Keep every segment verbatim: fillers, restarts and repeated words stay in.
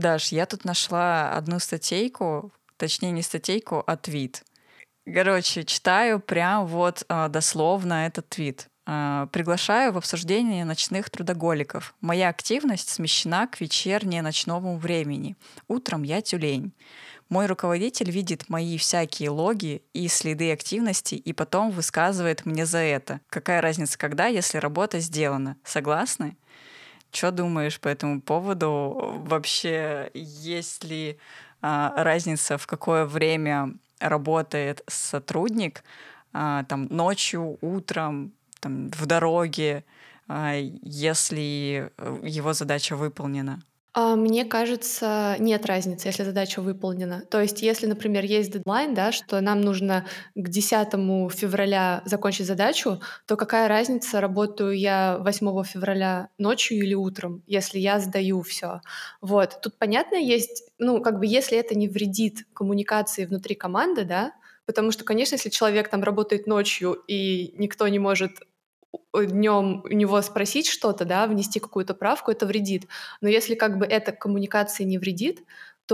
Даш, я тут нашла одну статейку, точнее не статейку, а твит. Короче, читаю прям вот а, дословно этот твит. А, Приглашаю в обсуждение ночных трудоголиков. Моя активность смещена к вечерне-ночному времени. Утром я тюлень. Мой руководитель видит мои всякие логи и следы активности и потом высказывает мне за это. Какая разница, когда, если работа сделана? Согласны? Что думаешь по этому поводу? Вообще, есть ли а, разница, в какое время работает сотрудник, а, там, ночью, утром, там, в дороге, а, если э, его задача выполнена? А, Мне кажется, нет разницы, если задача выполнена. То есть, если, например, есть дедлайн, да, что нам нужно к десятому февраля закончить задачу, то какая разница, работаю я восьмого февраля ночью или утром, если я сдаю все. Вот. Тут понятно есть, ну, как бы, если это не вредит коммуникации внутри команды, да, потому что, конечно, если человек там работает ночью и никто не может днем у него спросить что-то, да, внести какую-то правку, это вредит. Но если как бы это коммуникации не вредит,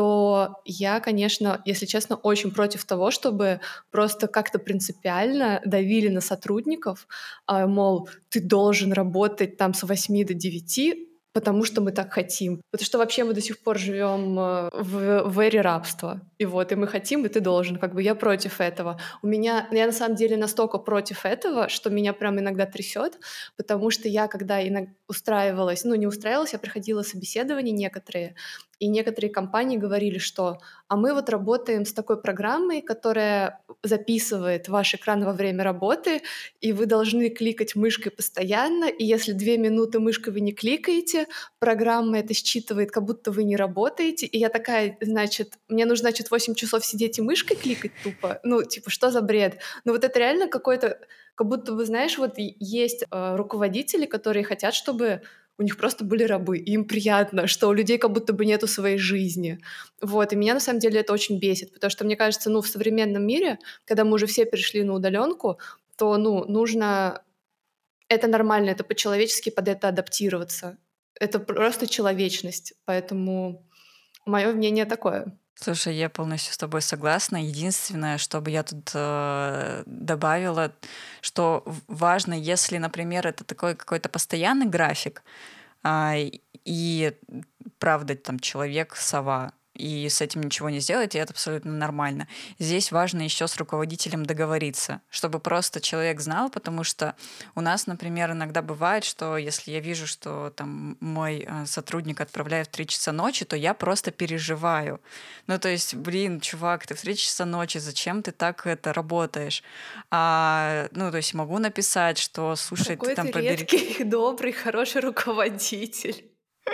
то я, конечно, если честно, очень против того, чтобы просто как-то принципиально давили на сотрудников, а, мол, ты должен работать там с восьми до девяти, потому что мы так хотим. Потому что вообще мы до сих пор живем э, в, в эре рабства. И вот, и мы хотим, и ты должен. Как бы я против этого. У меня, я на самом деле настолько против этого, что меня прям иногда трясет, потому что я, когда иног- устраивалась, ну не устраивалась, я проходила собеседования некоторые, и некоторые компании говорили, что а мы вот работаем с такой программой, которая записывает ваш экран во время работы, и вы должны кликать мышкой постоянно, и если две минуты мышкой вы не кликаете, программа это считывает, как будто вы не работаете, и я такая, значит, мне нужно, значит, восемь часов сидеть и мышкой кликать тупо? Ну, типа, что за бред? Ну, вот это реально какой-то, как будто бы, знаешь, вот и- есть э, руководители, которые хотят, чтобы у них просто были рабы, и им приятно, что у людей как будто бы нету своей жизни. Вот, и меня на самом деле это очень бесит, потому что, мне кажется, ну, в современном мире, когда мы уже все перешли на удаленку, то, ну, нужно... Это нормально, это по-человечески под это адаптироваться. Это просто человечность, поэтому мое мнение такое. Слушай, я полностью с тобой согласна. Единственное, что бы я тут э, добавила, что в- важно, если, например, это такой какой-то постоянный график, а, и правда там человек сова, и с этим ничего не сделать, и это абсолютно нормально. Здесь важно еще с руководителем договориться, чтобы просто человек знал, потому что у нас, например, иногда бывает, что если я вижу, что там мой э, сотрудник отправляет в три часа ночи, то я просто переживаю. Ну, то есть, блин, чувак, ты в три часа ночи, зачем ты так это работаешь? А, ну, то есть могу написать, что, слушай, ты Какой там ты побери... редкий, добрый, хороший руководитель.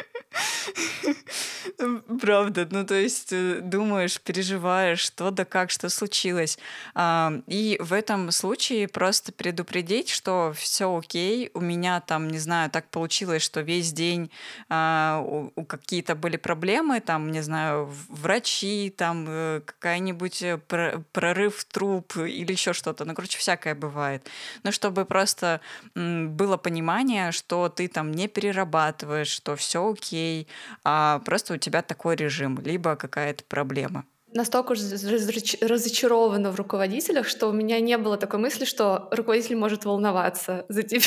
Правда, ну то есть э, думаешь, переживаешь, что да как, что случилось. А, И в этом случае просто предупредить, что все окей, у меня там, не знаю, так получилось, что весь день а, у, у какие-то были проблемы, там, не знаю, в- врачи, там э, какая-нибудь э, про- прорыв труб или еще что-то. Ну, короче, всякое бывает. Но чтобы просто м, было понимание, что ты там не перерабатываешь, что все окей, а просто у тебя такой режим, либо какая-то проблема. Настолько уж разоч- разочарована в руководителях, что у меня не было такой мысли, что руководитель может волноваться за тебя.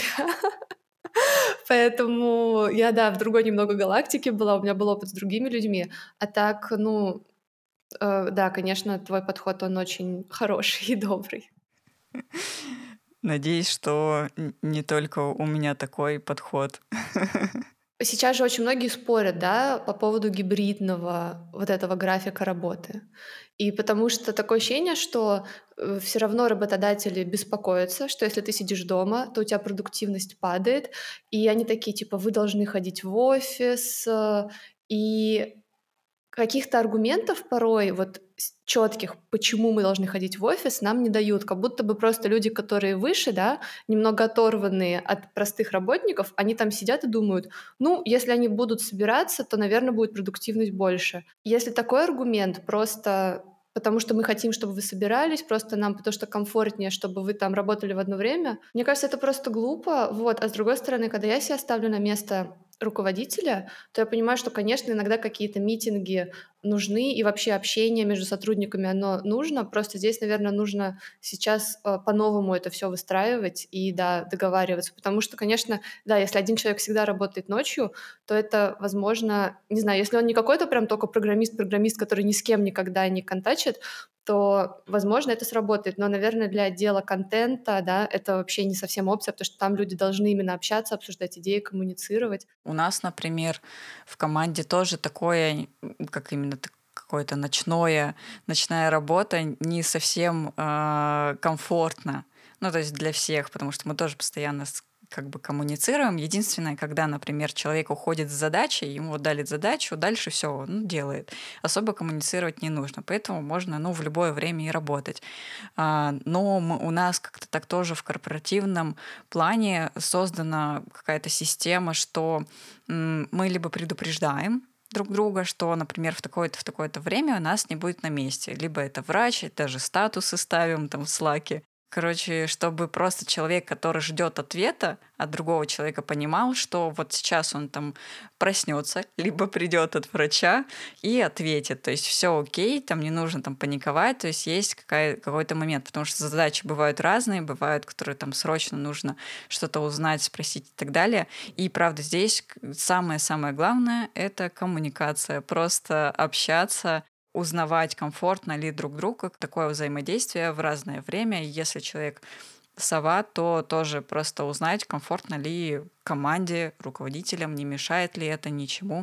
Поэтому я, да, в другой немного галактике была, у меня был опыт с другими людьми. А так, ну, э, да, конечно, твой подход, он очень хороший и добрый. Надеюсь, что н- не только у меня такой подход. Сейчас же очень многие спорят, да, по поводу гибридного вот этого графика работы. И потому что такое ощущение, что все равно работодатели беспокоятся, что если ты сидишь дома, то у тебя продуктивность падает, и они такие, типа, вы должны ходить в офис, э, и каких-то аргументов порой вот четких, почему мы должны ходить в офис, нам не дают. Как будто бы просто люди, которые выше, да, немного оторванные от простых работников, они там сидят и думают, ну, если они будут собираться, то, наверное, будет продуктивность больше. Если такой аргумент просто потому что мы хотим, чтобы вы собирались, просто нам потому что комфортнее, чтобы вы там работали в одно время. Мне кажется, это просто глупо. Вот. А с другой стороны, когда я себя ставлю на место руководителя, то я понимаю, что, конечно, иногда какие-то митинги нужны, и вообще общение между сотрудниками, оно нужно. Просто здесь, наверное, нужно сейчас э, по-новому это все выстраивать и, да, договариваться. Потому что, конечно, да, если один человек всегда работает ночью, то это, возможно, не знаю, если он не какой-то прям только программист-программист, который ни с кем никогда не контачит, то, возможно, это сработает. Но, наверное, для отдела контента, да, это вообще не совсем опция, потому что там люди должны именно общаться, обсуждать идеи, коммуницировать. У нас, например, в команде тоже такое, м, как именно т- какое-то ночное, ночная работа не совсем э, комфортно. Ну, то есть для всех, потому что мы тоже постоянно с- как бы коммуницируем. Единственное, когда, например, человек уходит с задачей, ему вот дали задачу, дальше все, он делает. Особо коммуницировать не нужно, поэтому можно, ну, в любое время и работать. А, но мы- у нас как-то так тоже в корпоративном плане создана какая-то система, что м, мы либо предупреждаем друг друга, что, например, в такое-то, в такое-то время нас не будет на месте. Либо это врач, даже статусы ставим там в слаке. Короче, чтобы просто человек, который ждет ответа от другого человека, понимал, что вот сейчас он там проснется, либо придет от врача и ответит. То есть все окей, там не нужно там паниковать, то есть есть какая, какой-то момент, потому что задачи бывают разные, бывают, которые там срочно нужно что-то узнать, спросить и так далее. И правда, здесь к- самое-самое главное — это коммуникация, просто общаться, узнавать, комфортно ли друг другу, как такое взаимодействие в разное время. И если человек сова, то тоже просто узнать, комфортно ли команде, руководителям, не мешает ли это ничему.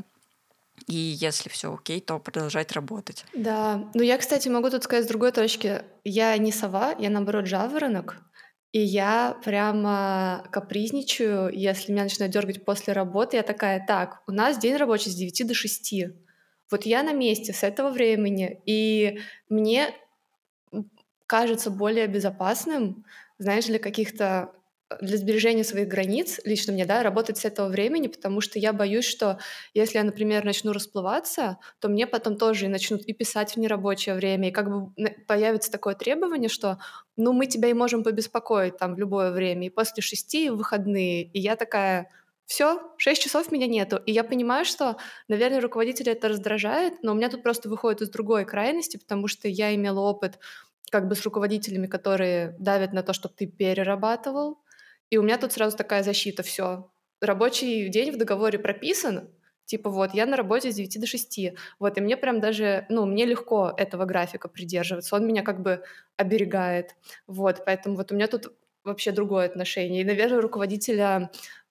И если все окей, то продолжать работать. Да, ну я, кстати, могу тут сказать с другой точки. Я не сова, я, наоборот, жаворонок. И я прямо капризничаю, если меня начинают дергать после работы. Я такая: так, у нас день рабочий с девяти до шести. Вот я на месте с этого времени, и мне м, кажется более безопасным, знаешь, для каких-то э, для сбережения своих границ лично мне, да, работать с этого времени, потому что я боюсь, что если я, например, начну расплываться, то мне потом тоже и начнут и писать в нерабочее время, и как бы на- появится такое требование, что, ну, мы тебя и можем побеспокоить там в любое время, и после шести, и в выходные. И я такая: все, шесть часов меня нету. И я понимаю, что, наверное, руководителя это раздражает, но у меня тут просто выходит из другой крайности, потому что я имела опыт как бы с руководителями, которые давят на то, чтобы ты перерабатывал. И у меня тут сразу такая защита: все, рабочий день в договоре прописан, типа вот я на работе с девяти до шести. Вот, и мне прям даже, ну, мне легко этого графика придерживаться, он меня как бы оберегает. Вот, поэтому вот у меня тут вообще другое отношение. И, наверное, руководителя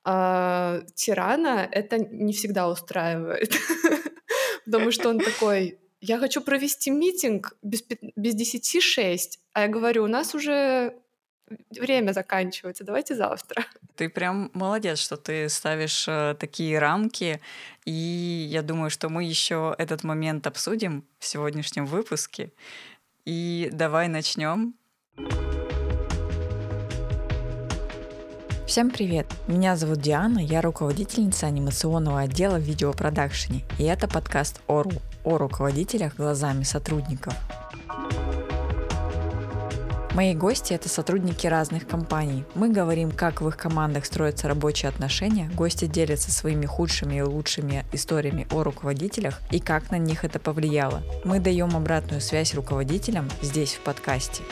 а, тирана это не всегда устраивает. Потому что он такой: я хочу провести митинг без, пят- без десяти шесть. А я говорю: у нас уже время заканчивается, давайте завтра. Ты прям молодец, что ты ставишь э, такие рамки, и я думаю, что мы еще этот момент обсудим в сегодняшнем выпуске. И давай начнем. Всем привет! Меня зовут Диана, я руководительница анимационного отдела в видеопродакшене, и это подкаст ОРУ о руководителях глазами сотрудников. Мои гости — это сотрудники разных компаний. Мы говорим, как в их командах строятся рабочие отношения, гости делятся своими худшими и лучшими историями о руководителях и как на них это повлияло. Мы даем обратную связь руководителям здесь, в подкасте.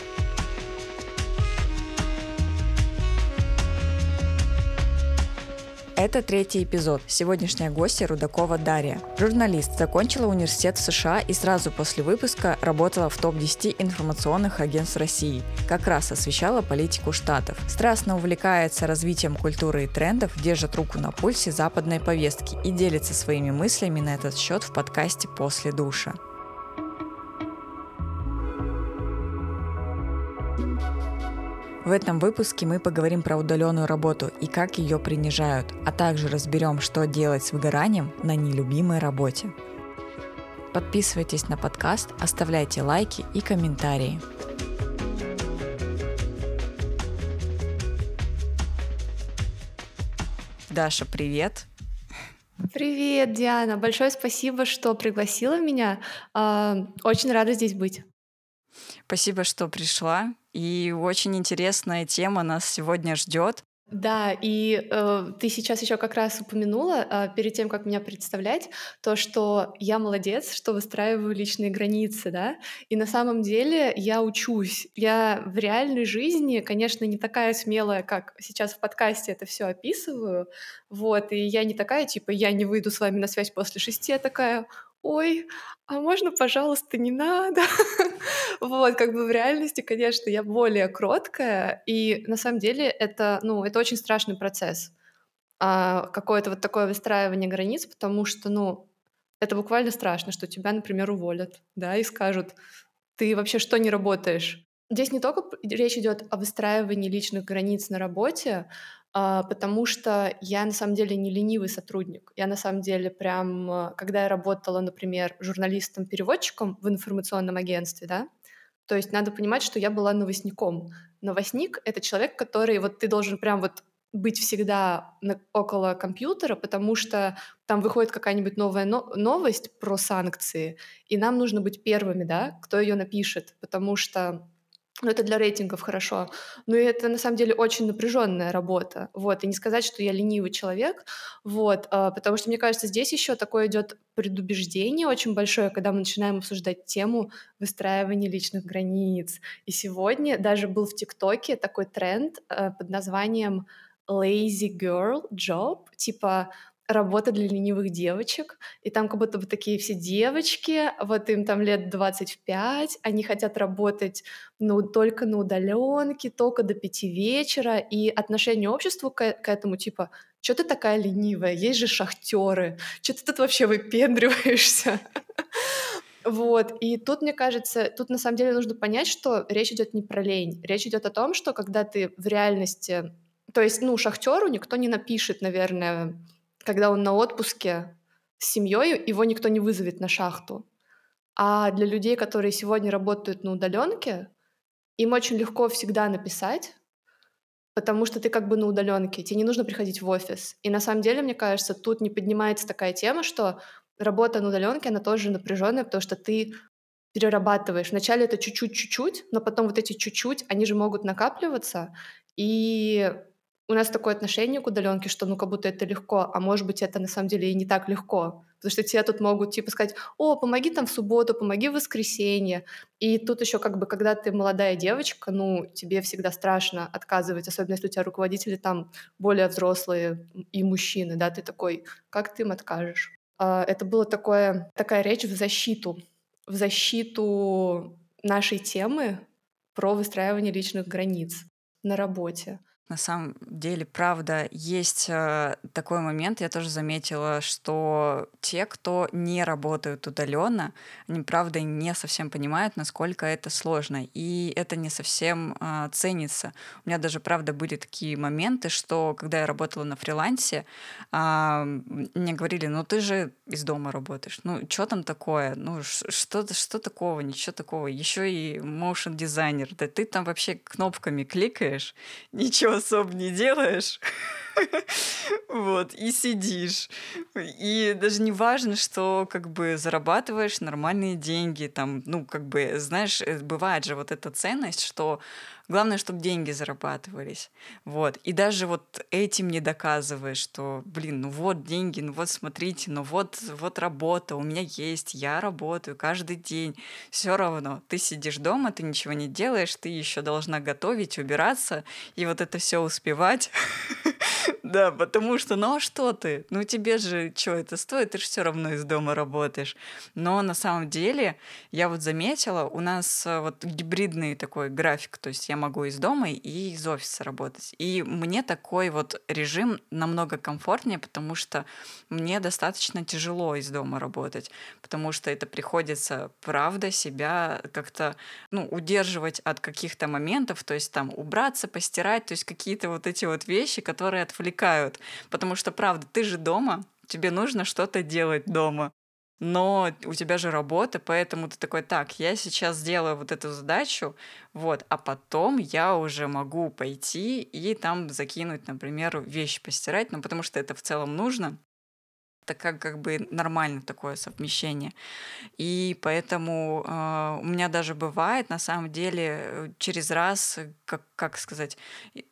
Это третий эпизод. Сегодняшняя гостья — Рудакова Дарья. Журналист, закончила университет в США и сразу после выпуска работала в топ десять информационных агентств России. Как раз освещала политику штатов. Страстно увлекается развитием культуры и трендов, держит руку на пульсе западной повестки и делится своими мыслями на этот счет в подкасте «После душа». В этом выпуске мы поговорим про удаленную работу и как ее принижают, а также разберем, что делать с выгоранием на нелюбимой работе. Подписывайтесь на подкаст, оставляйте лайки и комментарии. Даша, привет! Привет, Диана. Большое спасибо, что пригласила меня. А, Очень рада здесь быть. Спасибо, что пришла. И очень интересная тема нас сегодня ждет. Да, и, э, ты сейчас еще как раз упомянула, а, перед тем, как меня представлять, то, что я молодец, что выстраиваю личные границы, да. И на самом деле я учусь. Я в реальной жизни, конечно, не такая смелая, как сейчас в подкасте это все описываю. Вот, и я не такая, типа: "Я не выйду с вами на связь после шести". Я такая: "Ой, а можно, пожалуйста, не надо?" Вот, как бы в реальности, конечно, я более кроткая, и на самом деле это, ну, это очень страшный процесс, а, какое-то вот такое выстраивание границ, потому что, ну, это буквально страшно, что тебя, например, уволят, да, и скажут: "Ты вообще что не работаешь?" Здесь не только п речь идет о выстраивании личных границ на работе, а, потому что я на самом деле не ленивый сотрудник. Я на самом деле прям, а, когда я работала, например, журналистом-переводчиком в информационном агентстве, да, то есть надо понимать, что я была новостником. Новостник — это человек, который вот ты должен прям вот быть всегда на около компьютера, потому что там выходит какая-нибудь новая но новость про санкции, и нам нужно быть первыми, да, кто ее напишет, потому что, ну, это для рейтингов хорошо. Но и это на самом деле очень напряженная работа. Вот. И не сказать, что я ленивый человек, вот, а, потому что, мне кажется, здесь еще такое идет предубеждение очень большое, когда мы начинаем обсуждать тему выстраивания личных границ. И сегодня даже был в ТикТоке такой тренд э, под названием lazy girl job, типа работа для ленивых девочек, и там как будто бы такие все девочки, вот им там лет двадцать пять, они хотят работать, ну, только на удаленке, только до пяти вечера, и отношение общества к, к этому типа: что ты такая ленивая, есть же шахтеры, что ты тут вообще выпендриваешься? Вот, и тут, мне кажется, тут на самом деле нужно понять, что речь идет не про лень, речь идет о том, что когда ты в реальности, то есть, ну, шахтеру никто не напишет, наверное, когда он на отпуске с семьей, его никто не вызовет на шахту. А для людей, которые сегодня работают на удаленке, им очень легко всегда написать, потому что ты как бы на удаленке, тебе не нужно приходить в офис. И на самом деле, мне кажется, тут не поднимается такая тема, что работа на удаленке, она тоже напряженная, потому что ты перерабатываешь. Вначале это чуть-чуть, чуть-чуть, но потом вот эти чуть-чуть, они же могут накапливаться. И у нас такое отношение к удаленке, что ну как будто это легко, а может быть это на самом деле и не так легко. Потому что тебе тут могут типа сказать: "О, помоги там в субботу, помоги в воскресенье". И тут еще как бы, когда ты молодая девочка, ну, тебе всегда страшно отказывать, особенно если у тебя руководители там более взрослые и мужчины, да, ты такой: "Как ты им откажешь?" А, Это было такое, такая речь в защиту в защиту нашей темы про выстраивание личных границ на работе. На самом деле, правда, есть э, такой момент, я тоже заметила, что те, кто не работают удаленно, они, правда, не совсем понимают, насколько это сложно, и это не совсем э, ценится. У меня даже, правда, были такие моменты, что когда я работала на фрилансе, а, м, мне говорили: ну ты же из дома работаешь, ну что там такое, ну ш- что, что такого, ничего такого, еще и motion дизайнер, да ты там вообще кнопками кликаешь, ничего особо не делаешь, вот, и сидишь. И даже не важно, что как бы зарабатываешь нормальные деньги, там, ну, как бы, знаешь, э, бывает же вот эта ценность, что главное, чтобы деньги зарабатывались. Вот. И даже вот этим не доказываешь, что, блин, ну вот деньги, ну вот смотрите, ну вот, вот работа у меня есть, я работаю каждый день. Все равно ты сидишь дома, ты ничего не делаешь, ты еще должна готовить, убираться и вот это все успевать. Да, потому что, ну а что ты? Ну тебе же что это стоит? Ты же все равно из дома работаешь. Но на самом деле я вот заметила, у нас э, вот гибридный такой график, то есть я могу из дома и из офиса работать. И мне такой вот режим намного комфортнее, потому что мне достаточно тяжело из дома работать, потому что это приходится, правда, себя как-то, ну, удерживать от каких-то моментов, то есть там убраться, постирать, то есть какие-то вот эти вот вещи, которые отвлекают. Потому что, правда, ты же дома, тебе нужно что-то делать дома. Но у тебя же работа, поэтому ты такой: так, я сейчас сделаю вот эту задачу, вот, а потом я уже могу пойти и там закинуть, например, вещи постирать, ну, потому что это в целом нужно. Это как, как бы нормально такое совмещение. И поэтому э, у меня даже бывает, на самом деле, э, через раз, э, как, как сказать, и-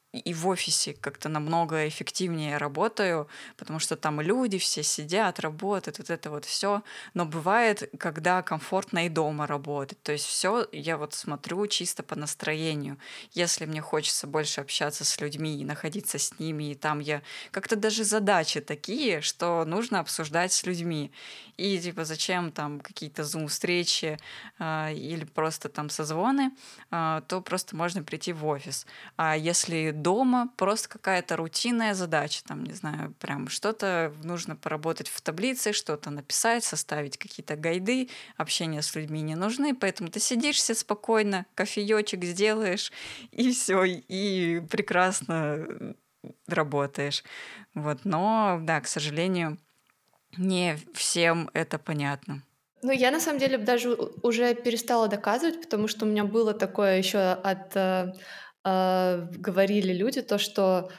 и в офисе как-то намного эффективнее работаю, потому что там люди все сидят, работают, вот это вот все. Но бывает, когда комфортно и дома работать. То есть все я вот смотрю чисто по настроению. Если мне хочется больше общаться с людьми и находиться с ними, и там я как-то даже задачи такие, что нужно обсуждать с людьми. И типа зачем там какие-то зум-встречи а, или просто там созвоны, а, то просто можно прийти в офис. А если дома просто какая-то рутинная задача, там, не знаю, прям что-то нужно поработать в таблице, что-то написать, составить какие-то гайды, общение с людьми не нужны, поэтому ты сидишь себе спокойно, кофеечек сделаешь, и все, и прекрасно работаешь. Вот. Но, да, к сожалению, не всем это понятно. Ну, я на самом деле даже у- уже перестала доказывать, потому что у меня было такое еще от э, э, говорили люди, то, что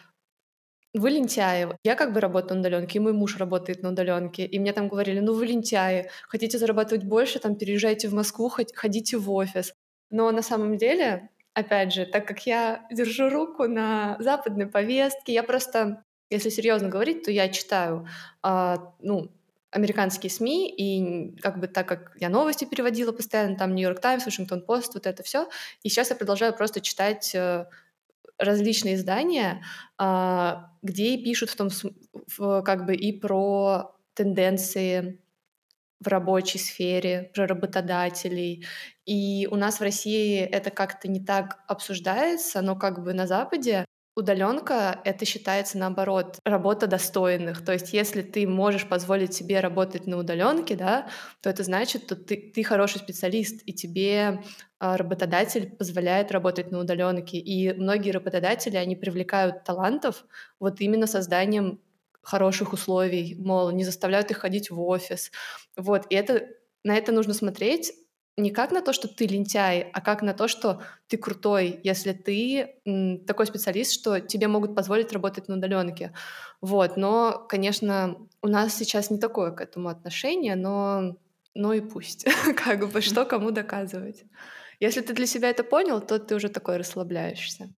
вы лентяи. Я как бы работаю на удаленке, и мой муж работает на удаленке. И мне там говорили, ну вы лентяи, хотите зарабатывать больше, там переезжайте в Москву, хоть- ходите в офис. Но на самом деле, опять же, так как я держу руку на западной повестке, я просто, если серьезно говорить, то я читаю, а, ну, американские СМИ, и как бы так как я новости переводила постоянно, там Нью-Йорк Таймс, Вашингтон Пост, вот это все, и сейчас я продолжаю просто читать э, различные издания, а, где и пишут в том, см- в- как бы и про тенденции в рабочей сфере, про работодателей. И у нас в России это как-то не так обсуждается, но как бы на Западе удаленка это считается наоборот работа достойных. То есть если ты можешь позволить себе работать на удаленке, да, то это значит, что ты, ты хороший специалист, и тебе а, работодатель позволяет работать на удаленке. И многие работодатели, они привлекают талантов вот именно созданием хороших условий, мол, не заставляют их ходить в офис. Вот, и это, на это нужно смотреть не как на то, что ты лентяй, а как на то, что ты крутой, если ты м, такой специалист, что тебе могут позволить работать на удаленке. Вот, но, конечно, у нас сейчас не такое к этому отношение, но, но и пусть, как бы, что кому доказывать. Если ты для себя это понял, то ты уже такой расслабляешься.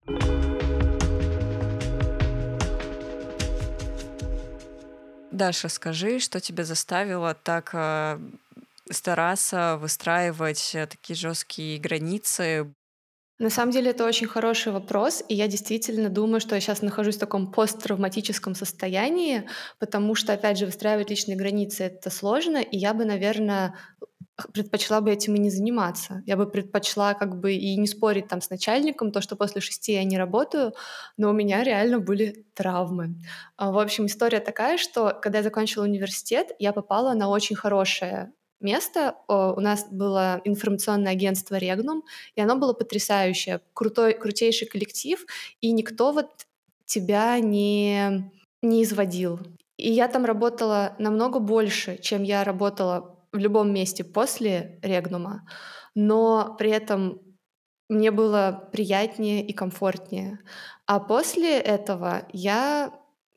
Даша, скажи, что тебя заставило так э, стараться выстраивать э, такие жесткие границы? На самом деле это очень хороший вопрос, и я действительно думаю, что я сейчас нахожусь в таком посттравматическом состоянии, потому что, опять же, выстраивать личные границы — это сложно, и я бы, наверное, предпочла бы этим и не заниматься. Я бы предпочла как бы и не спорить там с начальником, то, что после шести я не работаю, но у меня реально были травмы. А, В общем, история такая, что когда я закончила университет, я попала на очень хорошее место. О, У нас было информационное агентство «Регнум», и оно было потрясающее, крутой, крутейший коллектив, и никто вот тебя не, не изводил. И я там работала намного больше, чем я работала в любом месте после Регнума, но при этом мне было приятнее и комфортнее. А после этого я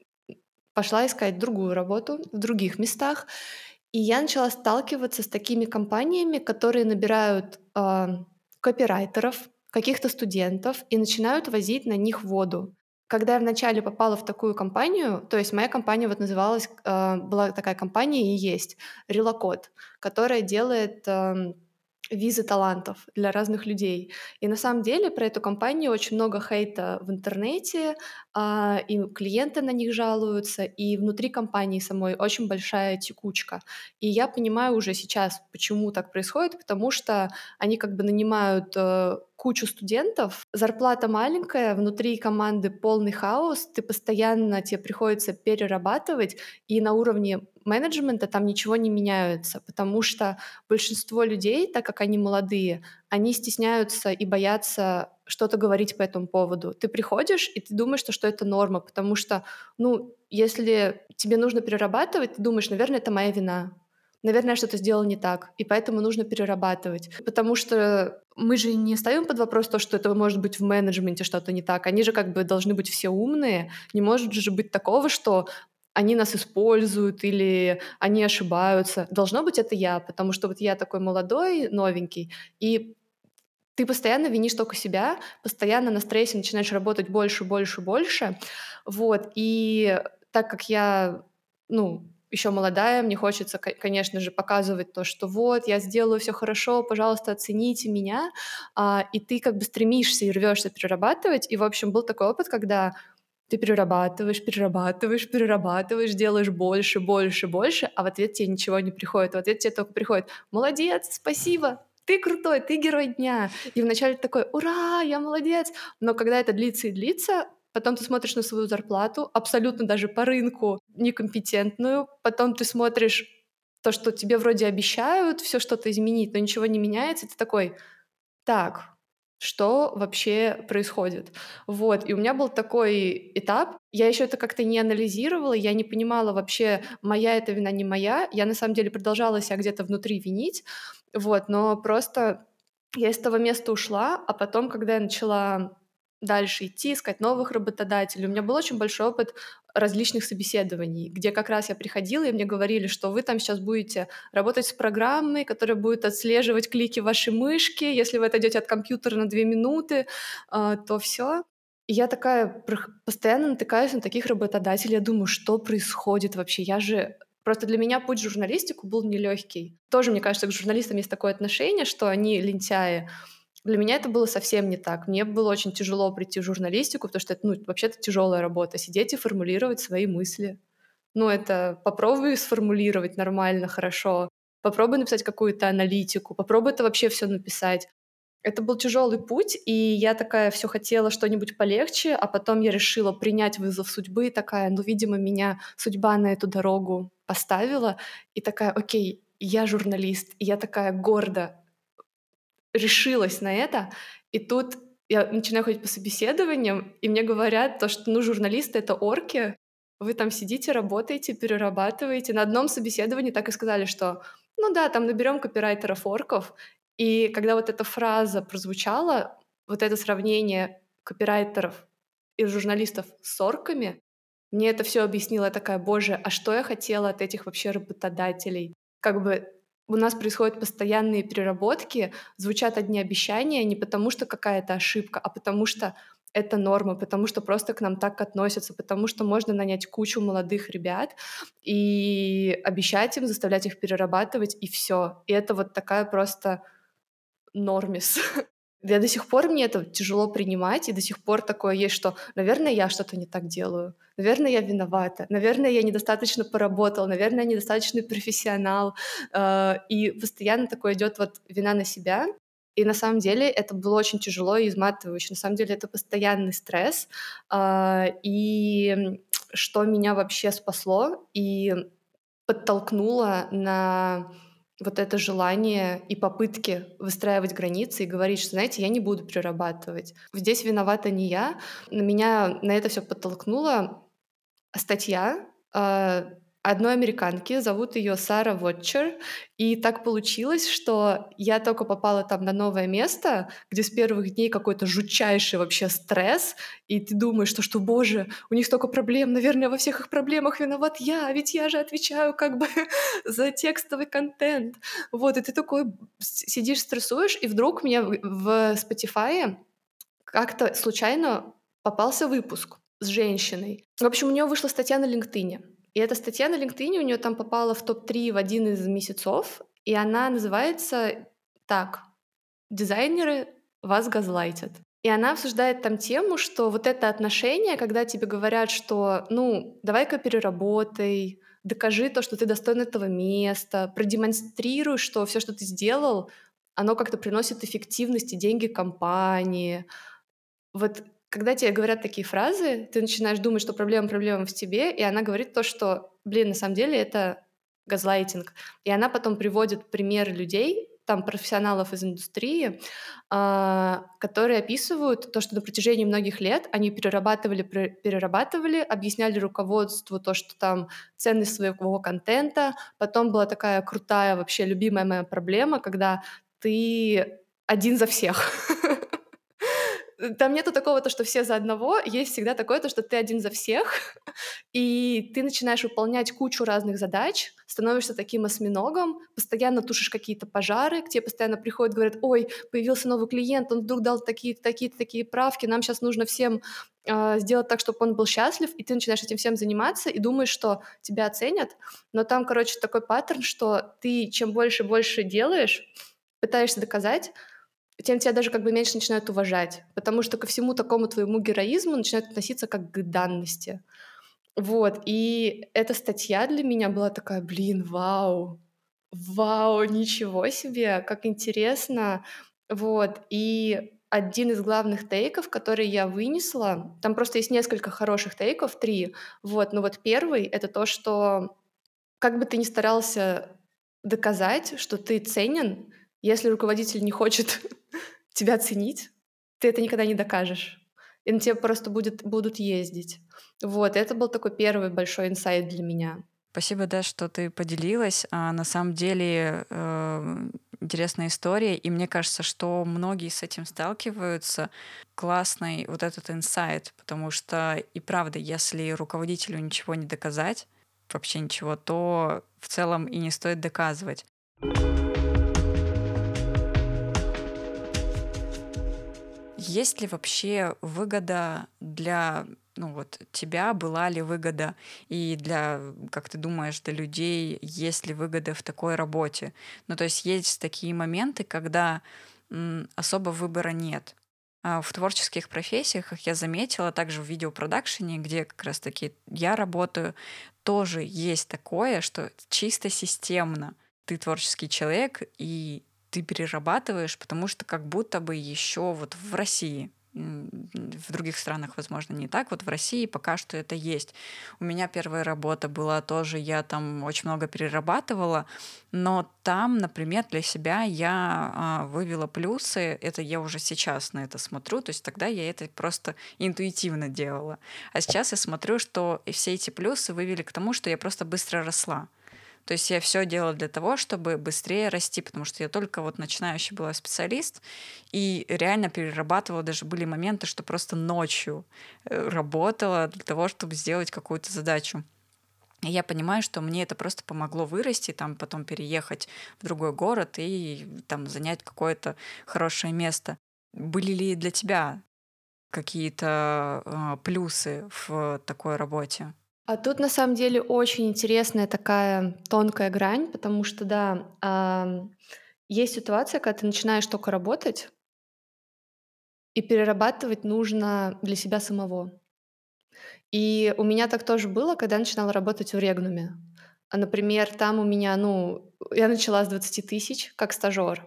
пошла искать другую работу в других местах, и я начала сталкиваться с такими компаниями, которые набирают а, копирайтеров, каких-то студентов и начинают возить на них воду. Когда я вначале попала в такую компанию, то есть моя компания вот называлась, а, была такая компания и есть, Релокод, которая делает ам, визы талантов для разных людей. И на самом деле про эту компанию очень много хейта в интернете, а, и клиенты на них жалуются, и внутри компании самой очень большая текучка. И я понимаю уже сейчас, почему так происходит, потому что они как бы нанимают э, кучу студентов, зарплата маленькая, внутри команды полный хаос, ты постоянно, тебе приходится перерабатывать, и на уровне менеджмента там ничего не меняется, потому что большинство людей, так как они молодые, они стесняются и боятся что-то говорить по этому поводу. Ты приходишь, и ты думаешь, что, что это норма, потому что, ну, если тебе нужно перерабатывать, ты думаешь, наверное, это моя вина. Наверное, я что-то сделал не так, и поэтому нужно перерабатывать. Потому что мы же не ставим под вопрос то, что это может быть в менеджменте что-то не так. Они же как бы должны быть все умные. Не может же быть такого, что они нас используют или они ошибаются. Должно быть это я, потому что вот я такой молодой, новенький, и ты постоянно винишь только себя, постоянно на стрессе начинаешь работать больше, больше, больше. Вот. И так как я, ну, еще молодая, мне хочется, ко- конечно же, показывать то, что вот, я сделаю все хорошо, пожалуйста, оцените меня. А, и ты как бы стремишься и рвешься перерабатывать. И, в общем, был такой опыт, когда ты перерабатываешь, перерабатываешь, перерабатываешь, делаешь больше, больше, больше, а в ответ тебе ничего не приходит. В ответ тебе только приходит: «Молодец, спасибо, ты крутой, ты герой дня». И вначале ты такой: «Ура, я молодец!» Но когда это длится и длится, потом ты смотришь на свою зарплату, абсолютно даже по рынку некомпетентную, потом ты смотришь то, что тебе вроде обещают все что-то изменить, но ничего не меняется, и ты такой: так, что вообще происходит? Вот, и у меня был такой этап. Я еще это как-то не анализировала, я не понимала вообще, моя это вина, не моя. Я на самом деле продолжала себя где-то внутри винить, вот, но просто я из того места ушла, а потом, когда я начала дальше идти, искать новых работодателей, у меня был очень большой опыт различных собеседований, где как раз я приходила, и мне говорили, что вы там сейчас будете работать с программой, которая будет отслеживать клики вашей мышки. Если вы отойдете от компьютера на две минуты, а, то все. И я такая прох- постоянно натыкаюсь на таких работодателей. Я думаю, что происходит вообще? Я же Просто для меня путь в журналистику был нелегкий. Тоже, мне кажется, к журналистам есть такое отношение, что они лентяи. Для меня это было совсем не так. Мне было очень тяжело прийти в журналистику, потому что это, ну, вообще-то тяжелая работа — сидеть и формулировать свои мысли. Ну, это попробуй сформулировать нормально, хорошо. Попробуй написать какую-то аналитику, попробуй это вообще все написать. Это был тяжелый путь, и я такая все хотела что-нибудь полегче, а потом я решила принять вызов судьбы, и такая, ну, видимо, меня судьба на эту дорогу поставила, и такая: окей, я журналист, и я такая гордо решилась на это, и тут я начинаю ходить по собеседованиям, и мне говорят то, что, ну, журналисты — это орки, вы там сидите, работаете, перерабатываете. На одном собеседовании так и сказали, что, ну да, там наберем копирайтеров-орков. И когда вот эта фраза прозвучала, вот это сравнение копирайтеров и журналистов с орками, мне это все объяснило. Я такая: боже, а что я хотела от этих вообще работодателей? Как бы у нас происходят постоянные переработки, звучат одни обещания не потому, что какая-то ошибка, а потому что это норма, потому что просто к нам так относятся, потому что можно нанять кучу молодых ребят и обещать им, заставлять их перерабатывать, и все. И это вот такая просто нормис. Я до сих пор мне это тяжело принимать, и до сих пор такое есть, что, наверное, я что-то не так делаю, наверное, я виновата, наверное, я недостаточно поработала, наверное, я недостаточный профессионал. Э, И постоянно такое идет вот вина на себя. И на самом деле это было очень тяжело и изматывающе. На самом деле это постоянный стресс. А, И м, что меня вообще спасло и подтолкнуло на вот это желание и попытки выстраивать границы и говорить, что, знаете, я не буду перерабатывать. Здесь виновата не я. На меня на это все подтолкнуло статья э, одной американки, зовут ее Сара Вотчер, и так получилось, что я только попала там на новое место, где с первых дней какой-то жутчайший вообще стресс, и ты думаешь, что, что, боже, у них столько проблем, наверное, во всех их проблемах виноват я, ведь я же отвечаю как бы за текстовый контент. Вот, и ты такой с- сидишь, стрессуешь, и вдруг мне в в Spotify как-то случайно попался выпуск с женщиной. В общем, у нее вышла статья на LinkedIn. И эта статья на LinkedIn у нее там попала в топ три в один из месяцев, и она называется так: «Дизайнеры вас газлайтят». И она обсуждает там тему, что вот это отношение, когда тебе говорят, что, ну, давай-ка переработай, докажи то, что ты достоин этого места, продемонстрируй, что все, что ты сделал, оно как-то приносит эффективность и деньги компании. Вот когда тебе говорят такие фразы, ты начинаешь думать, что проблема проблема в тебе, и она говорит то, что, блин, на самом деле это газлайтинг. И она потом приводит примеры людей, там профессионалов из индустрии, а, которые описывают то, что на протяжении многих лет они перерабатывали, пре- перерабатывали, объясняли руководству то, что там ценность своего контента. Потом была такая крутая, вообще любимая моя проблема, когда ты один за всех. Там нету такого, то, что все за одного, есть всегда такое, то, что ты один за всех, и ты начинаешь выполнять кучу разных задач, становишься таким осьминогом, постоянно тушишь какие-то пожары, к тебе постоянно приходят, говорят: ой, появился новый клиент, он вдруг дал такие-то, такие-то, такие правки, нам сейчас нужно всем а, сделать так, чтобы он был счастлив, и ты начинаешь этим всем заниматься и думаешь, что тебя оценят, но там, короче, такой паттерн, что ты чем больше и больше делаешь, пытаешься доказать, тем тебя даже как бы меньше начинают уважать, потому что ко всему такому твоему героизму начинают относиться как к данности. Вот, и эта статья для меня была такая: блин, вау, вау, ничего себе, как интересно. Вот, и один из главных тейков, который я вынесла, там просто есть несколько хороших тейков, три. Вот, но вот первый — это то, что как бы ты ни старался доказать, что ты ценен, если руководитель не хочет тебя ценить, ты это никогда не докажешь. И на тебя просто будет, будут ездить. Вот, это был такой первый большой инсайт для меня. Спасибо, да, что ты поделилась. А, на самом деле э, интересная история, и мне кажется, что многие с этим сталкиваются. Классный вот этот инсайт, потому что и правда, если руководителю ничего не доказать, вообще ничего, то в целом и не стоит доказывать. Есть ли вообще выгода для, ну вот, тебя, была ли выгода, и для, как ты думаешь, для людей есть ли выгода в такой работе? Ну, то есть есть такие моменты, когда м, особо выбора нет. А в творческих профессиях, как я заметила, также в видеопродакшене, где как раз-таки я работаю, тоже есть такое, что чисто системно ты творческий человек, и ты перерабатываешь, потому что как будто бы еще вот в России, м, в других странах, возможно, не так, вот в России пока что это есть. У меня первая работа была тоже, я там очень много перерабатывала, но там, например, для себя я а, вывела плюсы, это я уже сейчас на это смотрю, то есть тогда я это просто интуитивно делала. А сейчас я смотрю, что и все эти плюсы вывели к тому, что я просто быстро росла. То есть я все делала для того, чтобы быстрее расти, потому что я только вот начинающий была специалист, и реально перерабатывала, даже были моменты, что просто ночью э, работала для того, чтобы сделать какую-то задачу. И я понимаю, что мне это просто помогло вырасти, там потом переехать в другой город и там занять какое-то хорошее место. Были ли для тебя какие-то э, плюсы в такой работе? А тут на самом деле очень интересная такая тонкая грань, потому что, да, ам, есть ситуация, когда ты начинаешь только работать, и перерабатывать нужно для себя самого. И у меня так тоже было, когда я начинала работать в "Регнуме". А, например, там у меня, ну, я начала с двадцати тысяч как стажёр,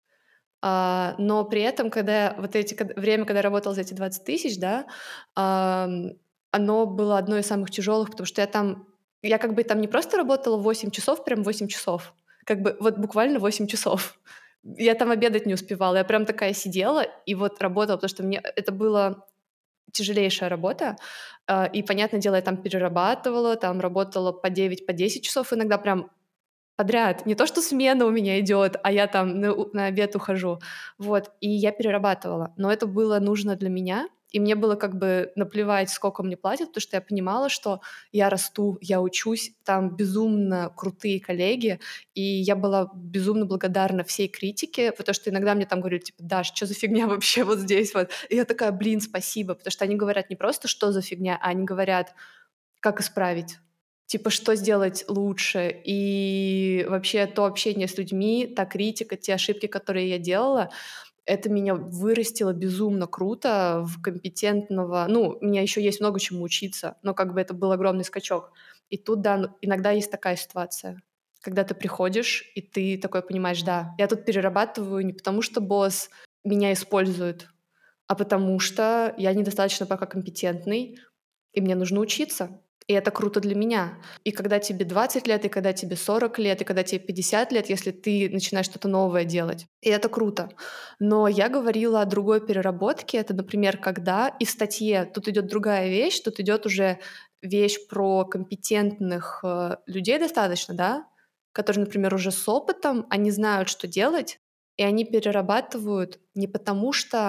а, но при этом, когда я вот эти кад время, когда я работала за эти двадцать тысяч, да, ам, оно было одно из самых тяжелых, потому что я там я как бы там не просто работала восемь часов, прям восемь часов, как бы вот буквально восемь часов. Я там обедать не успевала. Я прям такая сидела и вот работала, потому что мне это было тяжелейшая работа. А, и, понятное дело, я там перерабатывала, там работала по девять, по десять часов иногда прям подряд. Не то, что смена у меня идет, а я там на, у- на обед ухожу. Вот. И я перерабатывала. Но это было нужно для меня. И мне было как бы наплевать, сколько мне платят, потому что я понимала, что я расту, я учусь, там безумно крутые коллеги, и я была безумно благодарна всей критике, потому что иногда мне там говорили, типа: Даш, что за фигня вообще вот здесь вот? И я такая: блин, спасибо, потому что они говорят не просто, что за фигня, а они говорят, как исправить. Типа, что сделать лучше. И вообще то общение с людьми, та критика, те ошибки, которые я делала, это меня вырастило безумно круто в компетентного. Ну, у меня еще есть много чему учиться, но как бы это был огромный скачок. И тут, да, ну, иногда есть такая ситуация, когда ты приходишь, и ты такой понимаешь: да, я тут перерабатываю не потому, что босс меня использует, а потому что я недостаточно пока компетентный, и мне нужно учиться. И это круто для меня. И когда тебе двадцать лет, и когда тебе сорок лет, и когда тебе пятьдесят лет, если ты начинаешь что-то новое делать. И это круто. Но я говорила о другой переработке. Это, например, когда и в статье тут идет другая вещь, тут идет уже вещь про компетентных э, людей достаточно, да, которые, например, уже с опытом, они знают, что делать, и они перерабатывают не потому, что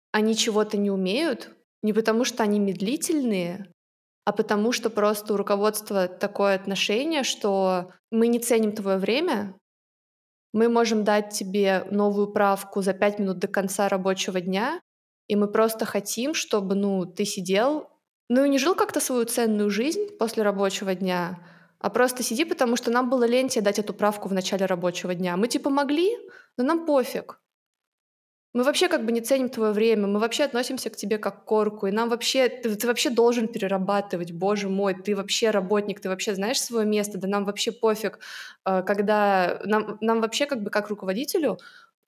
они чего-то не умеют, не потому что они медлительные, а потому что просто у руководства такое отношение, что мы не ценим твое время, мы можем дать тебе новую правку за пять минут до конца рабочего дня, и мы просто хотим, чтобы, ну, ты сидел, ну и не жил как-то свою ценную жизнь после рабочего дня, а просто сиди, потому что нам было лень тебе дать эту правку в начале рабочего дня. Мы типа могли, но нам пофиг. Мы вообще как бы не ценим твое время, мы вообще относимся к тебе как к орку, и нам вообще ты, ты вообще должен перерабатывать, боже мой, ты вообще работник, ты вообще знаешь свое место, да нам вообще пофиг, э, когда нам, нам вообще как бы как руководителю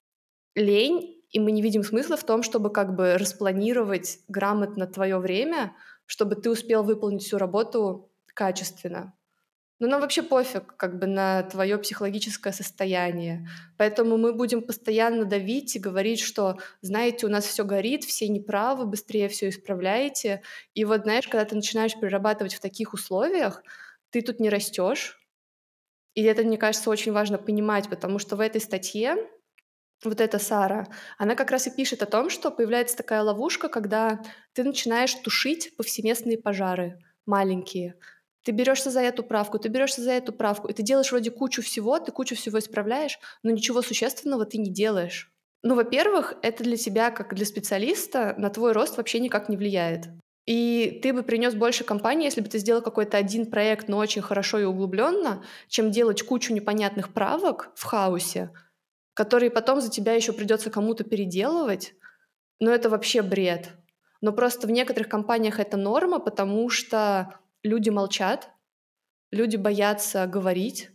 лень, и мы не видим смысла в том, чтобы как бы распланировать грамотно твое время, чтобы ты успел выполнить всю работу качественно. Ну, нам вообще пофиг как бы на твое психологическое состояние. Поэтому мы будем постоянно давить и говорить, что, знаете, у нас все горит, все неправы, быстрее все исправляете. И вот, знаешь, когда ты начинаешь перерабатывать в таких условиях, ты тут не растешь. И это, мне кажется, очень важно понимать, потому что в этой статье вот эта Сара, она как раз и пишет о том, что появляется такая ловушка, когда ты начинаешь тушить повсеместные пожары, маленькие. Ты берешься за эту правку, ты берешься за эту правку, и ты делаешь вроде кучу всего, ты кучу всего исправляешь, но ничего существенного ты не делаешь. Ну, во-первых, это для тебя, как для специалиста, на твой рост вообще никак не влияет. И ты бы принес больше компании, если бы ты сделал какой-то один проект, но очень хорошо и углубленно, чем делать кучу непонятных правок в хаосе, которые потом за тебя еще придется кому-то переделывать, но это вообще бред. Но просто в некоторых компаниях это норма, потому что люди молчат, люди боятся говорить,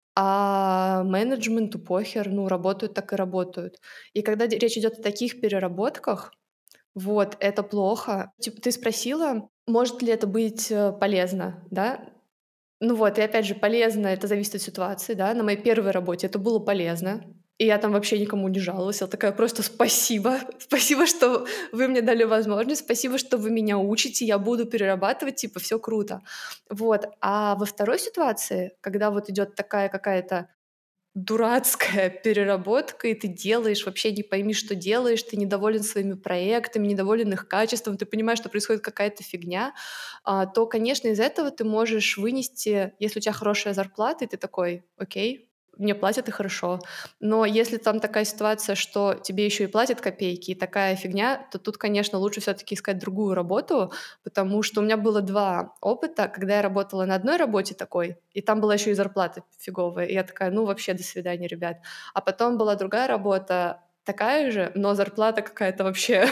а менеджменту похер, ну, работают так и работают. И когда де- речь идет о таких переработках, вот, это плохо. Типа, ты спросила, может ли это быть э, полезно, да? Ну вот, и опять же, полезно — это зависит от ситуации, да. На моей первой работе это было полезно, и я там вообще никому не жаловалась. Я такая просто: «Спасибо, спасибо, что вы мне дали возможность, спасибо, что вы меня учите, я буду перерабатывать, типа, все круто». Вот. А во второй ситуации, когда вот идет такая какая-то дурацкая переработка, и ты делаешь, вообще не пойми, что делаешь, ты недоволен своими проектами, недоволен их качеством, ты понимаешь, что происходит какая-то фигня, а, то, конечно, из этого ты можешь вынести, если у тебя хорошая зарплата, и ты такой: «Окей, мне платят и хорошо». Но если там такая ситуация, что тебе еще и платят копейки, и такая фигня, то тут, конечно, лучше все-таки искать другую работу, потому что у меня было два опыта, когда я работала на одной работе такой, и там была еще и зарплата фиговая. И я такая: «Ну, вообще, до свидания, ребят». А потом была другая работа, такая же, но зарплата какая-то вообще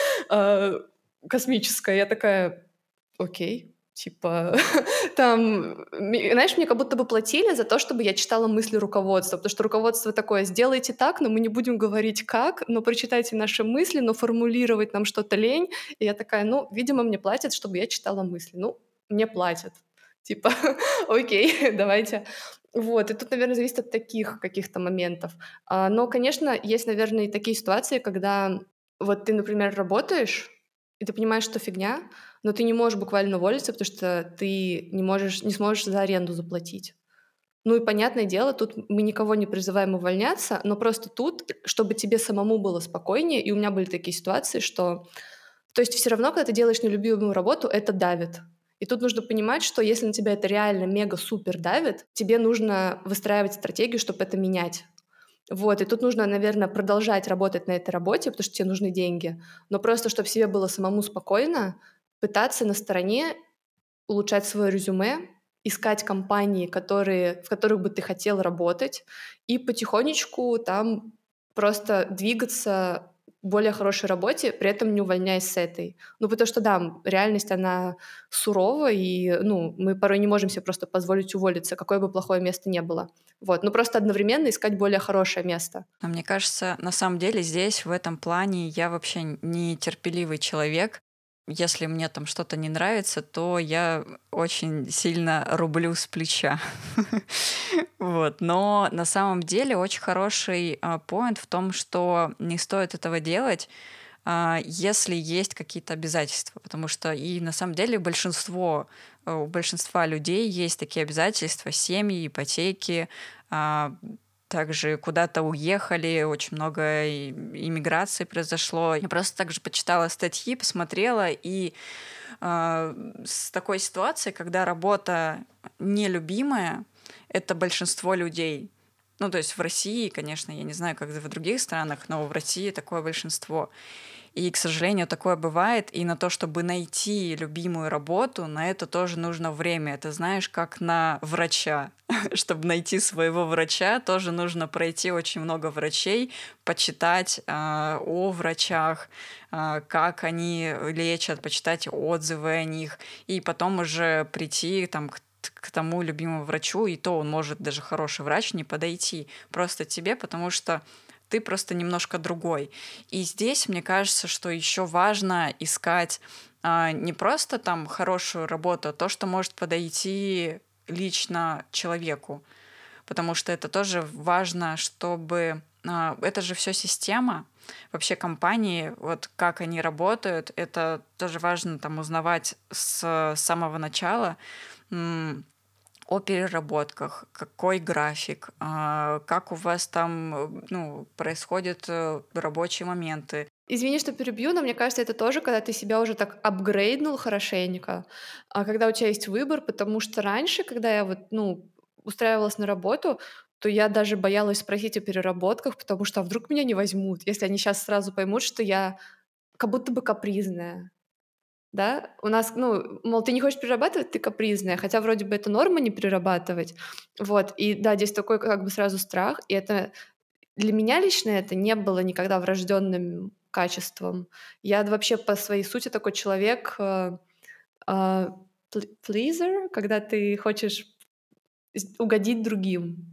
э, космическая. Я такая: «Окей». Типа, там, ми- знаешь, мне как будто бы платили за то, чтобы я читала мысли руководства, потому что руководство такое: «Сделайте так, но мы не будем говорить как, но прочитайте наши мысли, но формулировать нам что-то лень». И я такая: «Ну, видимо, мне платят, чтобы я читала мысли». Ну, мне платят. Типа, окей, давайте. Вот, и тут, наверное, зависит от таких каких-то моментов. А, Но, конечно, есть, наверное, и такие ситуации, когда вот ты, например, работаешь, и ты понимаешь, что фигня, но ты не можешь буквально уволиться, потому что ты не можешь, не сможешь за аренду заплатить. Ну и понятное дело, тут мы никого не призываем увольняться, но просто тут, чтобы тебе самому было спокойнее, и у меня были такие ситуации, что... То есть все равно, когда ты делаешь нелюбимую работу, это давит. И тут нужно понимать, что если на тебя это реально мега-супер давит, тебе нужно выстраивать стратегию, чтобы это менять. Вот, и тут нужно, наверное, продолжать работать на этой работе, потому что тебе нужны деньги, но просто чтобы себе было самому спокойно, пытаться на стороне улучшать свое резюме, искать компании, которые, в которых бы ты хотел работать, и потихонечку там просто двигаться к более хорошей работе, при этом не увольняясь с этой. Ну, потому что, да, м, реальность, она сурова, и, ну, мы порой не можем себе просто позволить уволиться, какое бы плохое место ни было. Вот, но просто одновременно искать более хорошее место. А мне кажется, на самом деле здесь, в этом плане, я вообще не терпеливый человек. Если мне там что-то не нравится, то я очень сильно рублю с плеча. Вот. Но на самом деле очень хороший поинт в том, что не стоит этого делать, а, если есть какие-то обязательства, потому что и на самом деле большинство, э, у большинства людей есть такие обязательства: семьи, ипотеки, а, также куда-то уехали, очень много и- иммиграции произошло. Я просто также почитала статьи, посмотрела, и а, с такой ситуацией, когда работа нелюбимая, это большинство людей. Ну, то есть в России, конечно, я не знаю, как в других странах, но в России такое большинство. И, к сожалению, такое бывает. И на то, чтобы найти любимую работу, на это тоже нужно время. Это знаешь, как на врача. Чтобы найти своего врача, тоже нужно пройти очень много врачей, почитать а, о врачах, а, как они лечат, почитать отзывы о них, и потом уже прийти там, к к тому любимому врачу, и то он может даже хороший врач не подойти просто тебе, потому что ты просто немножко другой. И здесь, мне кажется, что еще важно искать а, не просто там хорошую работу, а то, что может подойти лично человеку. Потому что это тоже важно, чтобы... а, это же все система, вообще компании, вот как они работают, это тоже важно там узнавать с самого начала, м, о переработках, какой график, а, как у вас там э, ну, происходят э, рабочие моменты. Извини, что перебью, но мне кажется, это тоже, когда ты себя уже так апгрейднул хорошенько, а когда у тебя есть выбор, потому что раньше, когда я вот, ну, устраивалась на работу, то я даже боялась спросить о переработках, потому что а вдруг меня не возьмут, если они сейчас сразу поймут, что я как будто бы капризная. Да, у нас, ну, мол, ты не хочешь перерабатывать, ты капризная, хотя вроде бы это норма не перерабатывать. Вот, и да, здесь такой как бы сразу страх, и это для меня лично это не было никогда врожденным качеством. Я вообще по своей сути такой человек, э, а, пл- pleaser, когда ты хочешь с- угодить другим.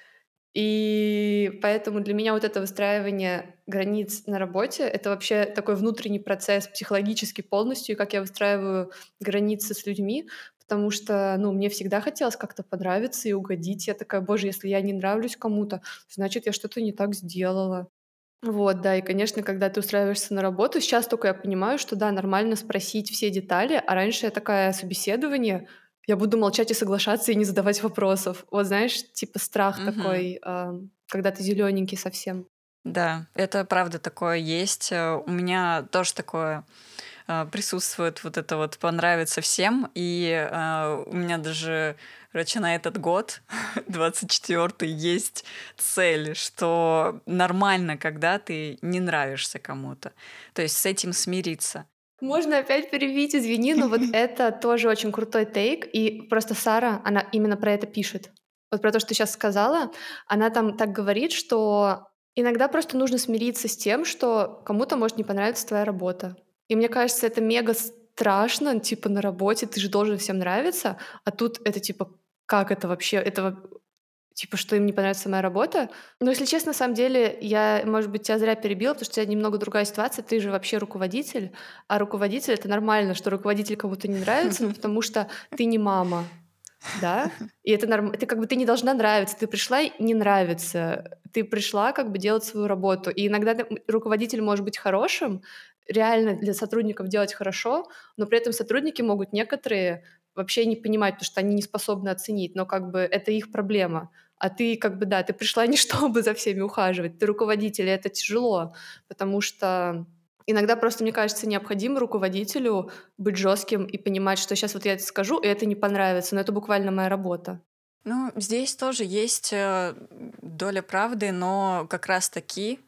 И поэтому для меня вот это выстраивание границ на работе — это вообще такой внутренний процесс психологически полностью, и как я выстраиваю границы с людьми, потому что, ну, мне всегда хотелось как-то понравиться и угодить. Я такая: «Боже, если я не нравлюсь кому-то, значит, я что-то не так сделала». Вот, да, и, конечно, когда ты устраиваешься на работу, сейчас только я понимаю, что да, нормально спросить все детали, а раньше я такая: собеседование, я буду молчать и соглашаться, и не задавать вопросов. Вот знаешь, типа страх Мгм. такой, ам, когда ты зелененький совсем. Да, это правда такое есть. Э, У меня тоже такое а, присутствует, вот это вот понравится всем. И а, у меня даже, короче, на этот год, двадцать четвёртый, есть цель, что нормально, когда ты не нравишься кому-то. То есть с этим смириться. Можно опять перебить, извини, но вот это тоже очень крутой тейк, и просто Сара, она именно про это пишет. Вот про то, что ты сейчас сказала, она там так говорит, что иногда просто нужно смириться с тем, что кому-то может не понравиться твоя работа. И мне кажется, это мега страшно, типа на работе ты же должен всем нравиться, а тут это типа как это вообще? Это во- типа, что им не понравится моя работа. Но, если честно, на самом деле, я, может быть, тебя зря перебила, потому что у тебя немного другая ситуация. Ты же вообще руководитель, а руководитель — это нормально, что руководитель кому-то не нравится, но потому что ты не мама, да? И это норм... Ты как бы ты не должна нравиться. Ты пришла и не нравится. Ты пришла как бы делать свою работу. И иногда ты- руководитель может быть хорошим, реально для сотрудников делать хорошо, но при этом сотрудники могут некоторые вообще не понимать, потому что они не способны оценить, но как бы это их проблема. А ты как бы, да, ты пришла не чтобы за всеми ухаживать, ты руководитель, и это тяжело, потому что иногда просто, мне кажется, необходимо руководителю быть жестким и понимать, что сейчас вот я это скажу, и это не понравится, но это буквально моя работа. Ну, здесь тоже есть э, доля правды, но как раз таки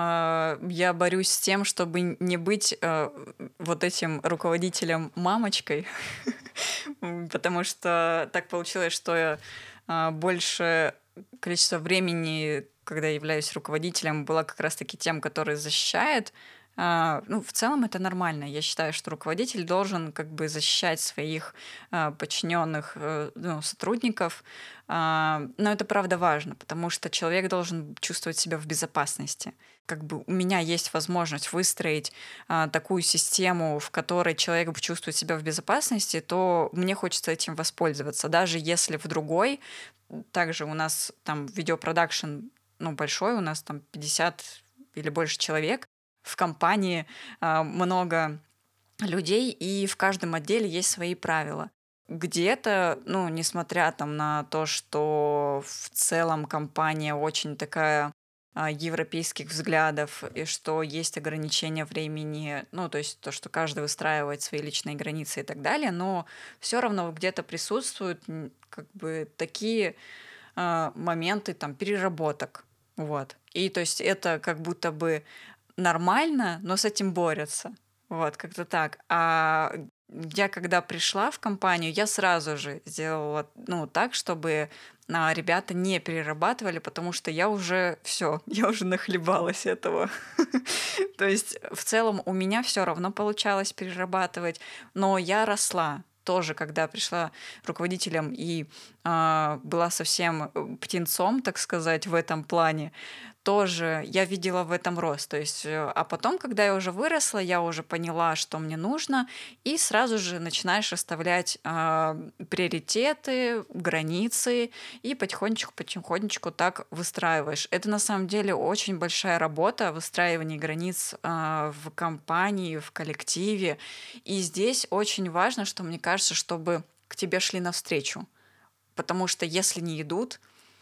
а, я борюсь с тем, чтобы не быть э, вот этим руководителем-мамочкой, М, потому что так получилось, что я а, больше количество времени, когда я являюсь руководителем, была как раз-таки тем, который защищает. А, ну, в целом это нормально. Я считаю, что руководитель должен как бы защищать своих а, подчиненных э, ну, сотрудников. А, но это правда важно, потому что человек должен чувствовать себя в безопасности. Как бы у меня есть возможность выстроить а, такую систему, в которой человек чувствует себя в безопасности, то мне хочется этим воспользоваться. Даже если в другой, также у нас там видеопродакшн, ну, большой, у нас там пятьдесят или больше человек, в компании а, много людей, и в каждом отделе есть свои правила. где-то, ну, несмотря там на то, что в целом компания очень такая а, европейских взглядов, и что есть ограничения времени, ну, то есть то, что каждый выстраивает свои личные границы и так далее, но все равно где-то присутствуют м, как бы такие а, моменты там переработок, вот. И то есть это как будто бы нормально, но с этим борются. Вот, как-то так. А я когда пришла в компанию, я сразу же сделала, ну, так, чтобы а, ребята не перерабатывали, потому что я уже все, я уже нахлебалась этого. То есть в целом у меня все равно получалось перерабатывать, но я росла тоже, когда пришла руководителем и а, была совсем э, птенцом, так сказать, в этом плане, тоже я видела в этом рост. То есть, э, а потом, когда я уже выросла, я уже поняла, что мне нужно, и сразу же начинаешь расставлять а, приоритеты, границы, и потихонечку, потихонечку так выстраиваешь. Это на самом деле очень большая работа выстраивания границ а, в компании, в коллективе. И здесь очень важно, что мне кажется, чтобы к тебе шли навстречу. Потому что если не идут,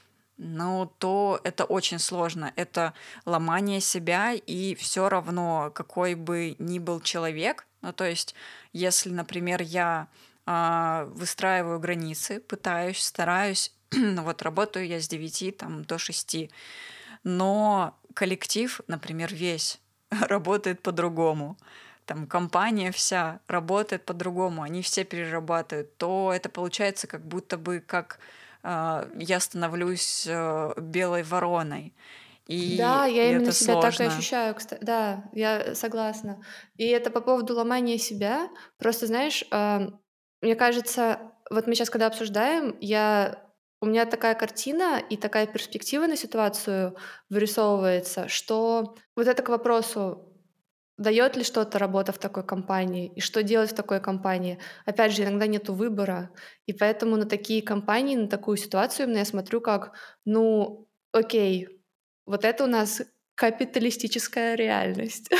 ну, то это очень сложно. Это ломание себя, и все равно, какой бы ни был человек, ну, то есть, если, например, я а, выстраиваю границы, пытаюсь, стараюсь, ну, вот работаю я с девяти там, до шести, но коллектив, например, весь работает по-другому, там компания вся работает по-другому, они все перерабатывают, то это получается как будто бы как а, я становлюсь э, белой вороной. Да, И, и я именно это себя так и сложно. ощущаю, кстати. Да, я согласна. И это по поводу ломания себя. Просто, знаешь, ам, мне кажется, вот мы сейчас, когда обсуждаем, я у меня такая картина и такая перспектива на ситуацию вырисовывается, что вот это к вопросу, дает ли что-то работа в такой компании и что делать в такой компании. Опять же, иногда нету выбора, и поэтому на такие компании, на такую ситуацию именно я смотрю как, ну, окей, вот это у нас капиталистическая реальность.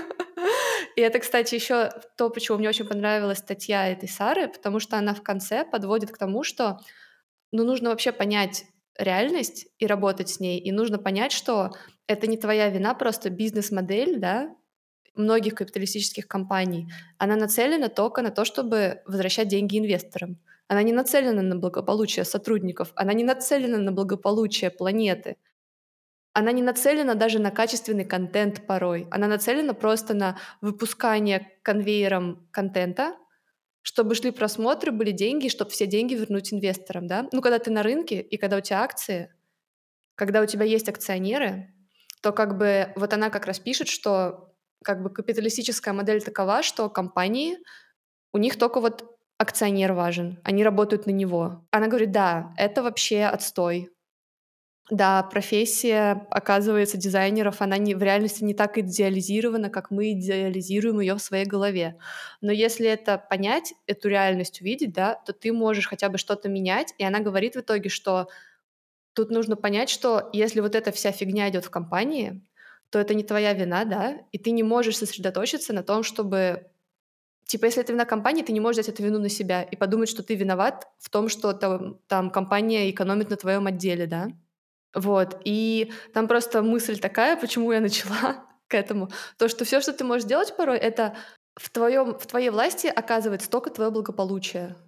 И это, кстати, еще то, почему мне очень понравилась статья этой Сары, потому что она в конце подводит к тому, что ну, нужно вообще понять реальность и работать с ней, и нужно понять, что это не твоя вина, просто бизнес-модель, да, многих капиталистических компаний, она нацелена только на то, чтобы возвращать деньги инвесторам. Она не нацелена на благополучие сотрудников, она не нацелена на благополучие планеты. Она не нацелена даже на качественный контент порой. Она нацелена просто на выпускание конвейером контента, чтобы шли просмотры, были деньги, чтобы все деньги вернуть инвесторам, да. Ну, когда ты на рынке и когда у тебя акции, когда у тебя есть акционеры, то как бы вот она как раз пишет, что как бы капиталистическая модель такова, что компании, у них только вот акционер важен, они работают на него. Она говорит, да, это вообще отстой. Да, профессия, оказывается, дизайнеров, она не, в реальности не так идеализирована, как мы идеализируем ее в своей голове. Но если это понять, эту реальность увидеть, да, то ты можешь хотя бы что-то менять. И она говорит в итоге, что тут нужно понять, что если вот эта вся фигня идет в компании, то это не твоя вина, да, и ты не можешь сосредоточиться на том, чтобы... Типа, если это вина компании, ты не можешь взять эту вину на себя и подумать, что ты виноват в том, что там, там компания экономит на твоем отделе, да. Вот, и там просто мысль такая, почему я начала к этому, то, что все, что ты можешь делать порой, это в твоем, в твоей власти оказывается только твое благополучие.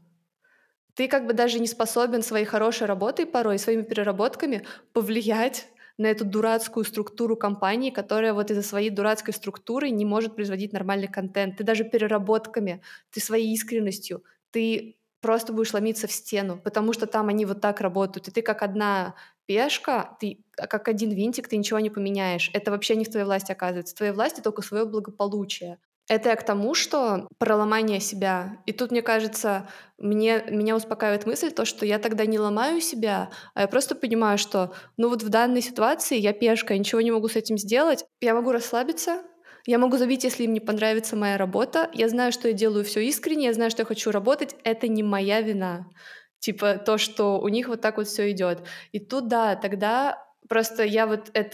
Ты как бы даже не способен своей хорошей работой порой, своими переработками повлиять на эту дурацкую структуру компании, которая вот из-за своей дурацкой структуры не может производить нормальный контент. Ты даже переработками, ты своей искренностью, ты просто будешь ломиться в стену, потому что там они вот так работают, и ты как одна пешка, ты как один винтик, ты ничего не поменяешь. Это вообще не в твоей власти оказывается. В твоей власти только свое благополучие. Это я к тому, что про ломание себя. И тут, мне кажется, мне, меня успокаивает мысль, то, что я тогда не ломаю себя, а я просто понимаю, что ну вот в данной ситуации я пешка, я ничего не могу с этим сделать. Я могу расслабиться, я могу забить, если им не понравится моя работа. Я знаю, что я делаю все искренне, я знаю, что я хочу работать. Это не моя вина. Типа то, что у них вот так вот все идет. И тут, да, тогда просто я вот это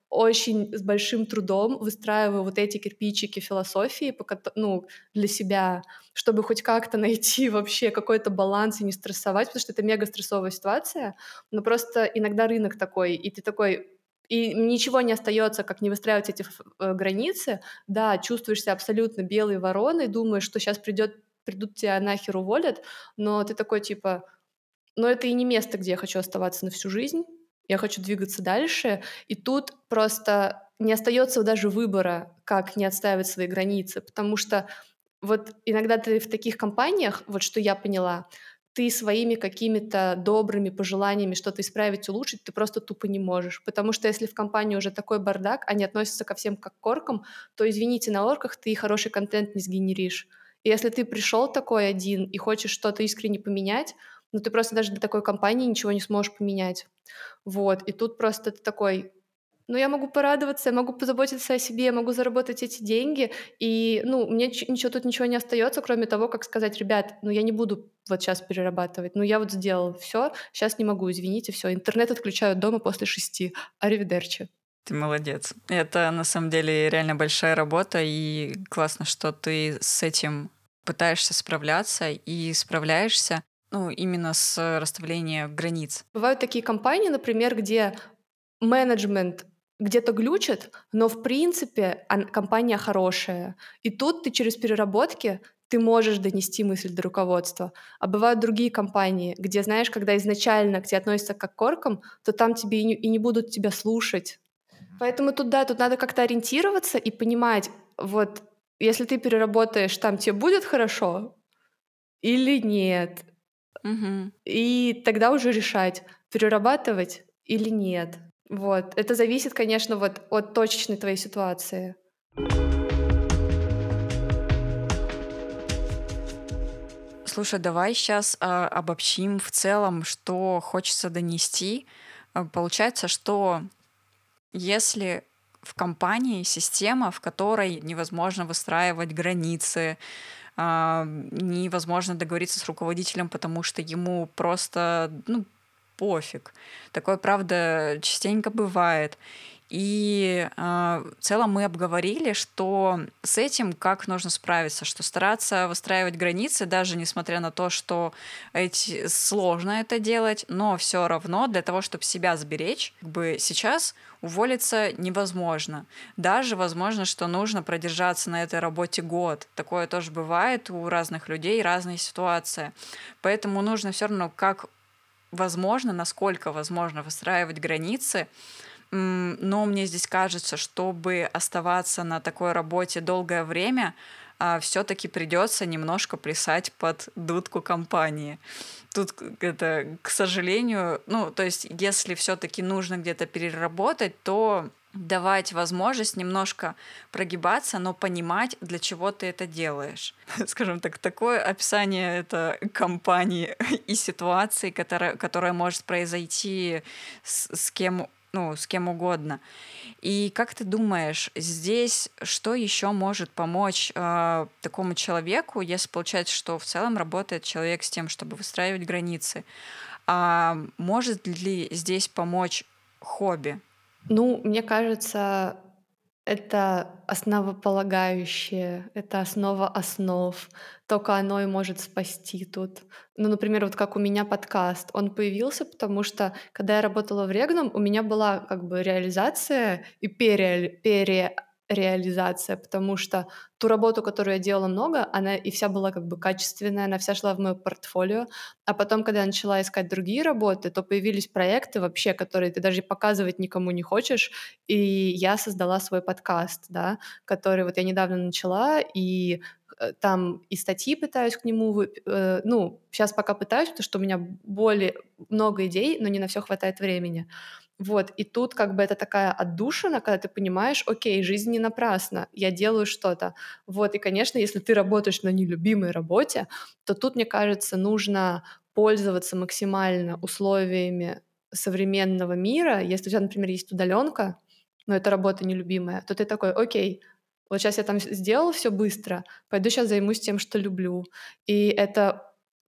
очень с большим трудом выстраиваю вот эти кирпичики философии, по кото ну, для себя, чтобы хоть как-то найти вообще какой-то баланс и не стрессовать, потому что это мега стрессовая ситуация. Но просто иногда рынок такой, и ты такой и ничего не остается, как не выстраивать эти ф э, границы. Да, чувствуешь себя абсолютно белой вороной, думаешь, что сейчас придет придут тебя нахер уволят, но ты такой типа: "Но это и не место, где я хочу оставаться на всю жизнь. Я хочу двигаться дальше". И тут просто не остается даже выбора, как не отстаивать свои границы, потому что вот иногда ты в таких компаниях, вот что я поняла, ты своими какими-то добрыми пожеланиями что-то исправить, улучшить, ты просто тупо не можешь. Потому что если в компании уже такой бардак, они относятся ко всем как к оркам, то, извините, на орках ты хороший контент не сгенеришь. И если ты пришел такой один и хочешь что-то искренне поменять, ну ты просто даже для такой компании ничего не сможешь поменять. Вот. И тут просто ты такой: "Ну, я могу порадоваться, я могу позаботиться о себе, я могу заработать эти деньги". И, ну, мне ч ничего тут ничего не остается, кроме того, как сказать: "Ребят, ну, я не буду вот щас перерабатывать. Ну, я вот сделал всё, щас не могу, извините, всё, интернет отключаю дома после шести. Аривидерчи". Ты молодец. Это на самом деле реально большая работа, и классно, что ты с этим пытаешься справляться и справляешься, ну, именно с расставлением границ. Бывают такие компании, например, где менеджмент где-то глючит, но в принципе ан компания хорошая. И тут ты через переработки ты можешь донести мысль до руководства. А бывают другие компании, где, знаешь, когда изначально к тебе относятся как к оркам, то там тебе и не и не будут тебя слушать. Поэтому тут, да, тут надо как-то ориентироваться и понимать, вот если ты переработаешь, там те будет хорошо или нет. Мгм. И тогда уже решать, перерабатывать или нет. Вот. Это зависит, конечно, вот от точечной твоей ситуации. Слушай, давай сейчас обобщим в целом, что хочется донести. А, получается, что если в компании система, в которой невозможно выстраивать границы, а, невозможно договориться с руководителем, потому что ему просто, ну, пофиг. Такое, правда, частенько бывает. И а, в целом мы обговорили, что с этим как нужно справиться, что стараться выстраивать границы, даже несмотря на то, что эти, сложно это делать, но все равно для того, чтобы себя сберечь, как бы сейчас уволиться невозможно. Даже возможно, что нужно продержаться на этой работе год. Такое тоже бывает у разных людей, разные ситуации. Поэтому нужно все равно как возможно, насколько возможно выстраивать границы. М, Но мне здесь кажется, чтобы оставаться на такой работе долгое время, все-таки придется немножко плясать под дудку компании. Тут к- это, к сожалению, ну, то есть, если все-таки нужно где-то переработать, то давать возможность немножко прогибаться, но понимать, для чего ты это делаешь. Скажем так, такое описание это компании и ситуации, которая, которая может произойти с, с кем, ну, с кем угодно. И как ты думаешь, здесь что еще может помочь э, такому человеку, если получается, что в целом работает человек с тем, чтобы выстраивать границы? А может ли здесь помочь хобби? Ну, мне кажется, это основополагающее, это основа основ. Тока оно и может спасти тут. Ну, например, вот как у меня подкаст. Он появился, потому что, когда я работала в Регном, у меня была как бы реализация и переали перереализация, потому что ту работу, которую я делала много, она и вся была как бы качественная, она вся шла в моё портфолио. А потом, когда я начала искать другие работы, то появились проекты вообще, которые ты даже показывать никому не хочешь. И я создала свой подкаст, да, который вот я недавно начала, и э, там и статьи пытаюсь к нему, вып- э, ну, сейчас пока пытаюсь, потому что у меня более много идей, но не на все хватает времени. Вот, и тут как бы это такая отдушина, когда ты понимаешь, окей, жизнь не напрасна, я делаю что-то. Вот, и, конечно, если ты работаешь на нелюбимой работе, то тут, мне кажется, нужно пользоваться максимально условиями современного мира. Если у тебя, например, есть удаленка, но это работа нелюбимая, то ты такой: окей, вот сейчас я там с- сделал все быстро, пойду сейчас займусь тем, что люблю. И это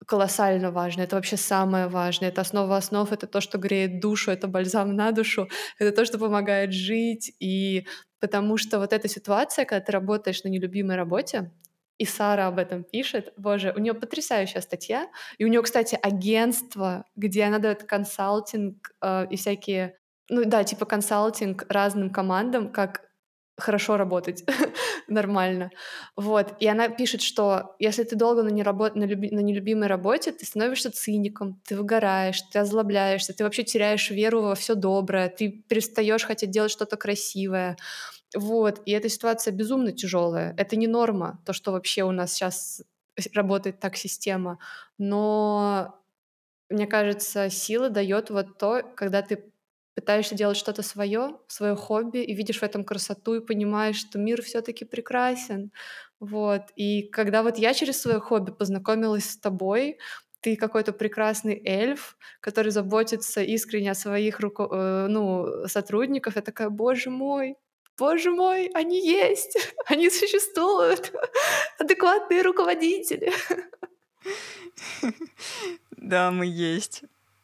колоссально важно. Это вообще самое важное. Это основа основ, это то, что греет душу, это бальзам на душу, это то, что помогает жить. И потому что вот эта ситуация, когда ты работаешь на нелюбимой работе, и Сара об этом пишет, боже, у нее потрясающая статья, и у нее, кстати, агентство, где она дает консалтинг э, и всякие, ну да, типа консалтинг разным командам, как хорошо работать нормально. Вот. И она пишет, что если ты долго на, нерабо- на, люби- на нелюбимой работе, ты становишься циником, ты выгораешь, ты озлобляешься, ты вообще теряешь веру во все доброе, ты перестаешь хотеть делать что-то красивое. Вот. И эта ситуация безумно тяжелая. Это не норма, то, что вообще у нас сейчас работает так система. Но мне кажется, сила дает вот то, когда ты пытаешься делать что-то свое, свое хобби, и видишь в этом красоту, и понимаешь, что мир все-таки прекрасен. Вот. И когда вот я через свое хобби познакомилась с тобой, ты какой-то прекрасный эльф, который заботится искренне о своих руко- э, ну, сотрудниках, я такая, боже мой, боже мой, они есть, они существуют, адекватные руководители. Да, мы есть.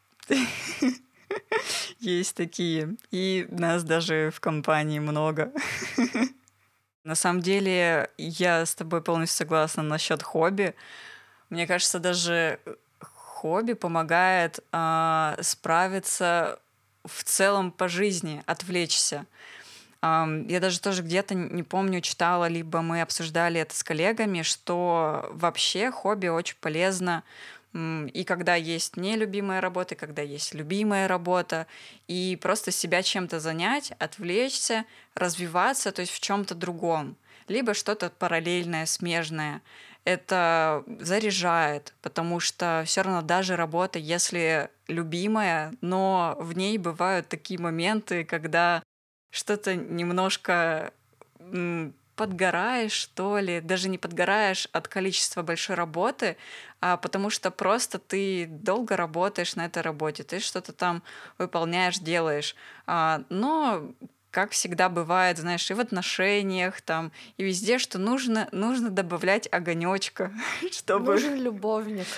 Есть такие. И нас даже в компании много. На самом деле, я с тобой полностью согласна насчет хобби. Мне кажется, даже хобби помогает а, справиться в целом по жизни, отвлечься. Ам, Я даже тоже где-то, не помню, читала, либо мы обсуждали это с коллегами, что вообще хобби очень полезно м, и когда есть нелюбимая работа, и когда есть любимая работа, и просто себя чем-то занять, отвлечься, развиваться, то есть в чем-то другом, либо что-то параллельное, смежное. Это заряжает, потому что все равно даже работа, если любимая, но в ней бывают такие моменты, когда что-то немножко м, подгораешь, что ли, даже не подгораешь от количества большой работы, а потому что просто ты долго работаешь на этой работе, ты что-то там выполняешь, делаешь. А, но как всегда бывает, знаешь, и в отношениях там, и везде, что нужно, нужно добавлять огонечка, чтобы... Нужен любовник.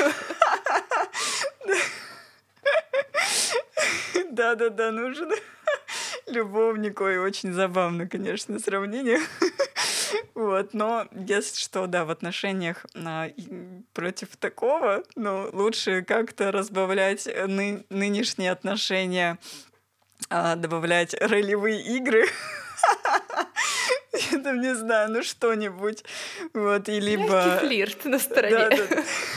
Да-да-да, нужен любовник. Ой, очень забавно, конечно, сравнение. Вот, но если что, да, в отношениях а, и против такого, ну, лучше как-то разбавлять э, ны- нынешние отношения, а, добавлять ролевые игры. Я там не знаю, ну что-нибудь. Вот, и Мягкий либо... флирт на стороне. Да, да,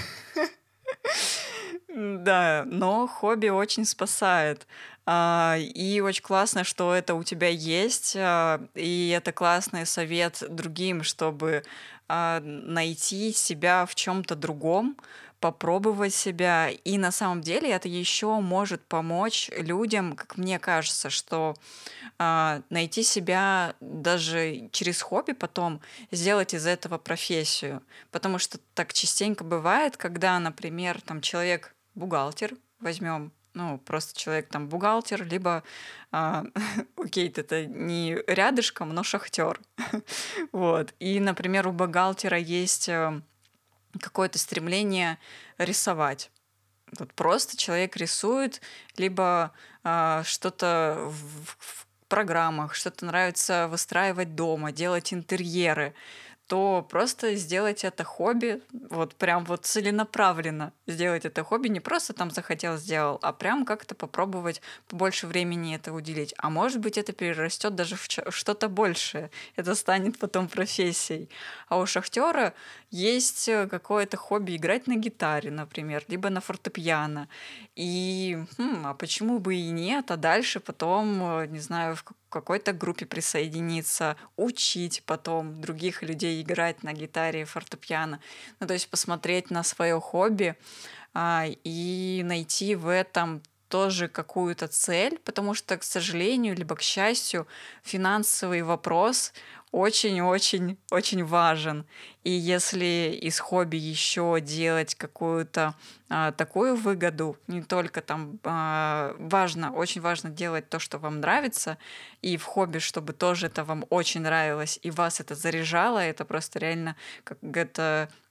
да, но хобби очень спасает. А, И очень классно, что это у тебя есть, а, и это классный совет другим, чтобы а, найти себя в чем-то другом, попробовать себя. И на самом деле это еще может помочь людям, как мне кажется, что а, найти себя даже через хобби потом, сделать из этого профессию. Потому что так частенько бывает, когда, например, там человек бухгалтер, возьмем, ну, просто человек там бухгалтер, либо, а, окей, это не рядышком, но шахтер. Вот. И, например, у бухгалтера есть э, какое-то стремление рисовать. Вот просто человек рисует, либо а, что-то в, в программах, что-то нравится выстраивать дома, делать интерьеры, то просто сделать это хобби, вот прям вот целенаправленно сделать это хобби, не просто там захотел, сделал, а прям как-то попробовать побольше времени это уделить. А может быть, это перерастет даже в чё- что-то большее. Это станет потом профессией. А у шахтера есть э, какое-то хобби играть на гитаре, например, либо на фортепиано. И хм, а почему бы и нет? А дальше потом, э, не знаю, в ка- какой-то группе присоединиться, учить потом других людей играть на гитаре, фортепиано. Ну, то есть посмотреть на свое хобби а, и найти в этом тоже какую-то цель, потому что, к сожалению, либо к счастью, финансовый вопрос очень-очень-очень важен. И если из хобби еще делать какую-то а, такую выгоду, не только там а, важно, очень важно делать то, что вам нравится, и в хобби, чтобы тоже это вам очень нравилось, и вас это заряжало, это просто реально как это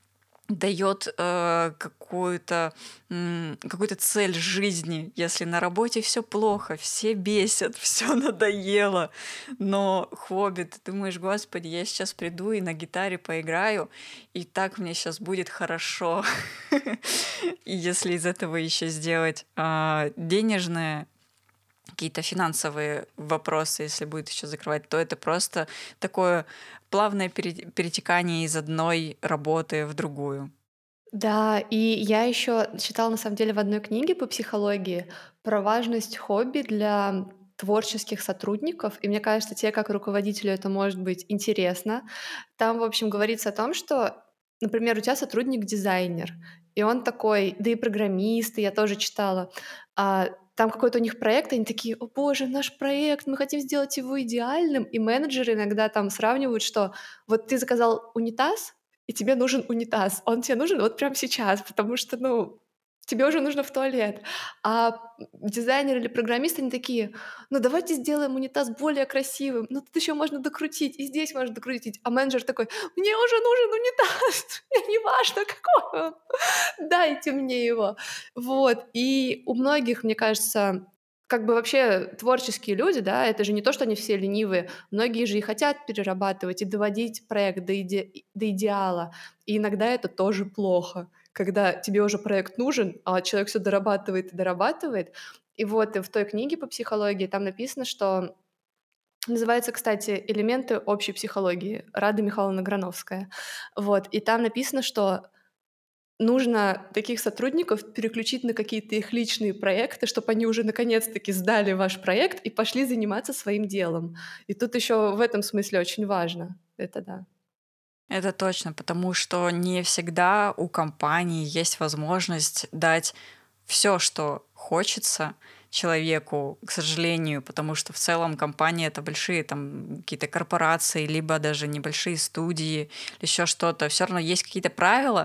дает э, какую-то м, какую-то цель жизни. Если на работе все плохо, все бесят, все надоело, но хобби, ты думаешь, господи, я сейчас приду и на гитаре поиграю, и так мне сейчас будет хорошо. И если из этого еще сделать а, денежное, какие-то финансовые вопросы, если будет еще закрывать, то это просто такое плавное пере- перетекание из одной работы в другую. Да, и я еще читала на самом деле в одной книге по психологии про важность хобби для творческих сотрудников, и мне кажется, тебе как руководителю это может быть интересно. Там, в общем, говорится о том, что, например, у тебя сотрудник дизайнер, и он такой, да и программист, и я тоже читала, а, там какой-то у них проект, и они такие: о боже, наш проект, мы хотим сделать его идеальным, и менеджеры иногда там сравнивают, что вот ты заказал унитаз, и тебе нужен унитаз. Он тебе нужен вот прямо сейчас, потому что, ну, тебе уже нужно в туалет. А дизайнер или программист, они такие: ну, давайте сделаем унитаз более красивым, ну, тут еще можно докрутить, и здесь можно докрутить. А менеджер такой: мне уже нужен унитаз, мне не важно, какой он, дайте мне его. Вот. И у многих, мне кажется, как бы вообще творческие люди, да, это же не то, что они все ленивые. Многие же и хотят перерабатывать и доводить проект до, иде- до идеала. И иногда это тоже плохо, когда тебе уже проект нужен, а человек все дорабатывает и дорабатывает. И вот и в той книге по психологии там написано, что называется, кстати, «Элементы общей психологии», Рада Михайловна Грановская. Вот. И там написано, что нужно таких сотрудников переключить на какие-то их личные проекты, чтобы они уже наконец-таки сдали ваш проект и пошли заниматься своим делом. И тут еще в этом смысле очень важно. Это да. Это точно, потому что не всегда у компании есть возможность дать все, что хочется человеку, к сожалению, потому что в целом компании это большие там какие-то корпорации, либо даже небольшие студии, или еще что-то. Все равно есть какие-то правила,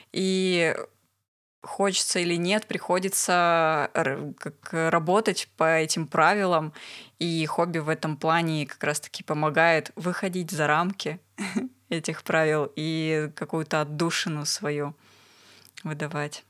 и хочется или нет, приходится р- как работать по этим правилам, и хобби в этом плане как раз-таки помогает выходить за рамки этих правил и какую-то отдушину свою выдавать.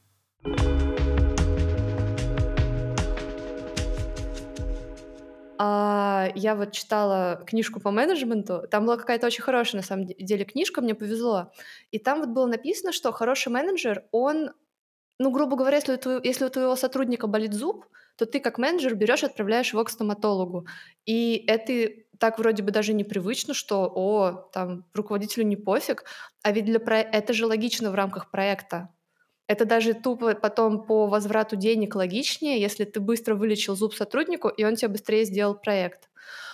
А, я вот читала книжку по менеджменту. Там была какая-то очень хорошая, на самом де- деле, книжка, мне повезло. И там вот было написано, что хороший менеджер, он, ну, грубо говоря, если у, твоего, если у твоего сотрудника болит зуб, то ты как менеджер берешь и отправляешь его к стоматологу. И это так вроде бы даже непривычно, что, о, там, руководителю не пофиг, а ведь для про... это же логично в рамках проекта. Это даже тупо потом по возврату денег логичнее, если ты быстро вылечил зуб сотруднику, и он тебе быстрее сделал проект.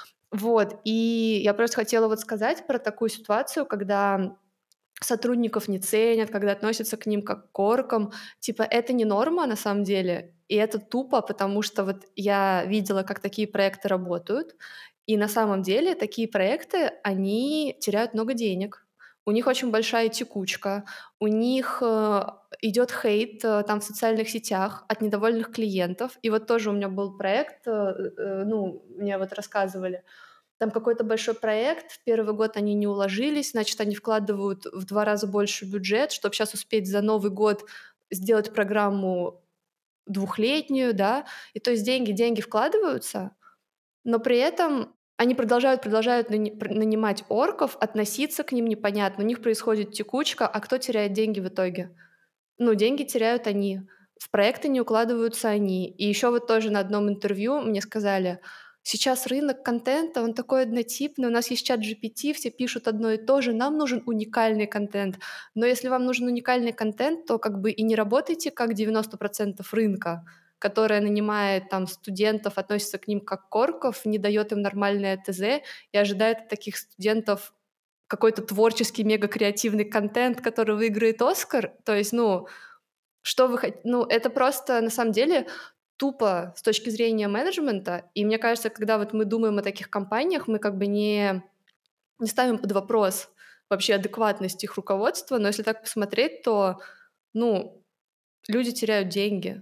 Вот, и я просто хотела вот сказать про такую ситуацию, когда сотрудников не ценят, когда относятся к ним как к коркам. Типа, это не норма на самом деле, и это тупо, потому что вот я видела, как такие проекты работают, и на самом деле такие проекты, они теряют много денег. У них очень большая текучка, у них э, идет хейт э, там в социальных сетях от недовольных клиентов. И вот тоже у меня был проект, э, э, ну, мне вот рассказывали, там какой-то большой проект, в первый год они не уложились, значит, они вкладывают в два раза больше бюджет, чтобы сейчас успеть за Новый год сделать программу двухлетнюю, да. И то есть деньги деньги вкладываются, но при этом они продолжают продолжают нани пр нанимать орков, относиться к ним непонятно. У них происходит текучка, а кто теряет деньги в итоге? Ну, деньги теряют они, в проекты не укладываются они. И еще вот тоже на одном интервью мне сказали: сейчас рынок контента, он такой однотипный, у нас есть чат G P T, все пишут одно и то же, нам нужен уникальный контент. Но если вам нужен уникальный контент, то как бы и не работайте как девяносто процентов рынка, которая нанимает там студентов, относится к ним как корков, не дает им нормальное Т З и ожидает от таких студентов какой-то творческий, мега-креативный контент, который выиграет «Оскар». То есть, ну, что вы хот ну, это просто на самом деле тупо с точки зрения менеджмента. И мне кажется, когда вот мы думаем о таких компаниях, мы как бы не не ставим под вопрос вообще адекватность их руководства. Но если так посмотреть, то, ну, люди теряют деньги,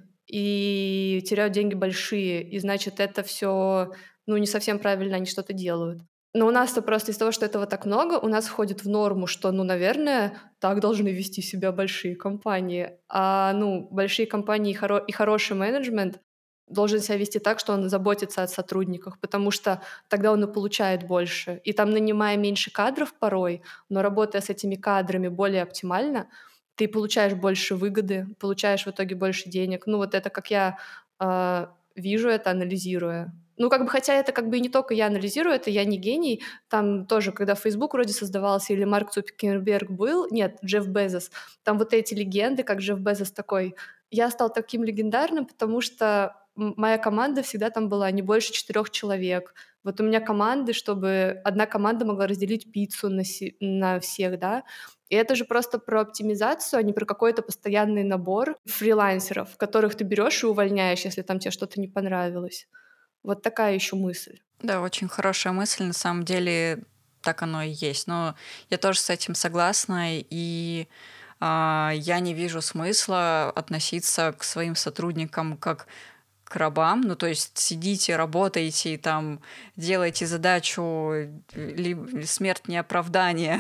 и теряют деньги большие, и значит, это все, ну, не совсем правильно они что-то делают. Но у нас-то просто из-за того, что этого так много, у нас входит в норму, что, ну, наверное, так должны вести себя большие компании. А, ну, большие компании и хоро и хороший менеджмент должен себя вести так, что он заботится о сотрудниках, потому что тогда он и получает больше. И там, нанимая меньше кадров порой, но работая с этими кадрами более оптимально, ты получаешь больше выгоды, получаешь в итоге больше денег. Ну, вот это как я, а, вижу это, анализируя. Ну, как бы, хотя это как бы и не только я анализирую, это я не гений. Там тоже, когда Facebook вроде создавался или Марк Цукерберг был, нет, Джефф Безос, там вот эти легенды, как Джефф Безос такой. Я стал таким легендарным, потому что м- моя команда всегда там была не больше четырех человек. Вот у меня команды, чтобы одна команда могла разделить пиццу на, се- на всех, да. И это же просто про оптимизацию, а не про какой-то постоянный набор фрилансеров, которых ты берешь и увольняешь, если там тебе что-то не понравилось. Вот такая еще мысль. Да, очень хорошая мысль, на самом деле так оно и есть. Но я тоже с этим согласна, и а, я не вижу смысла относиться к своим сотрудникам как к рабам. Ну, то есть сидите, работаете, и там делаете задачу, э, ли- смерть не оправдание.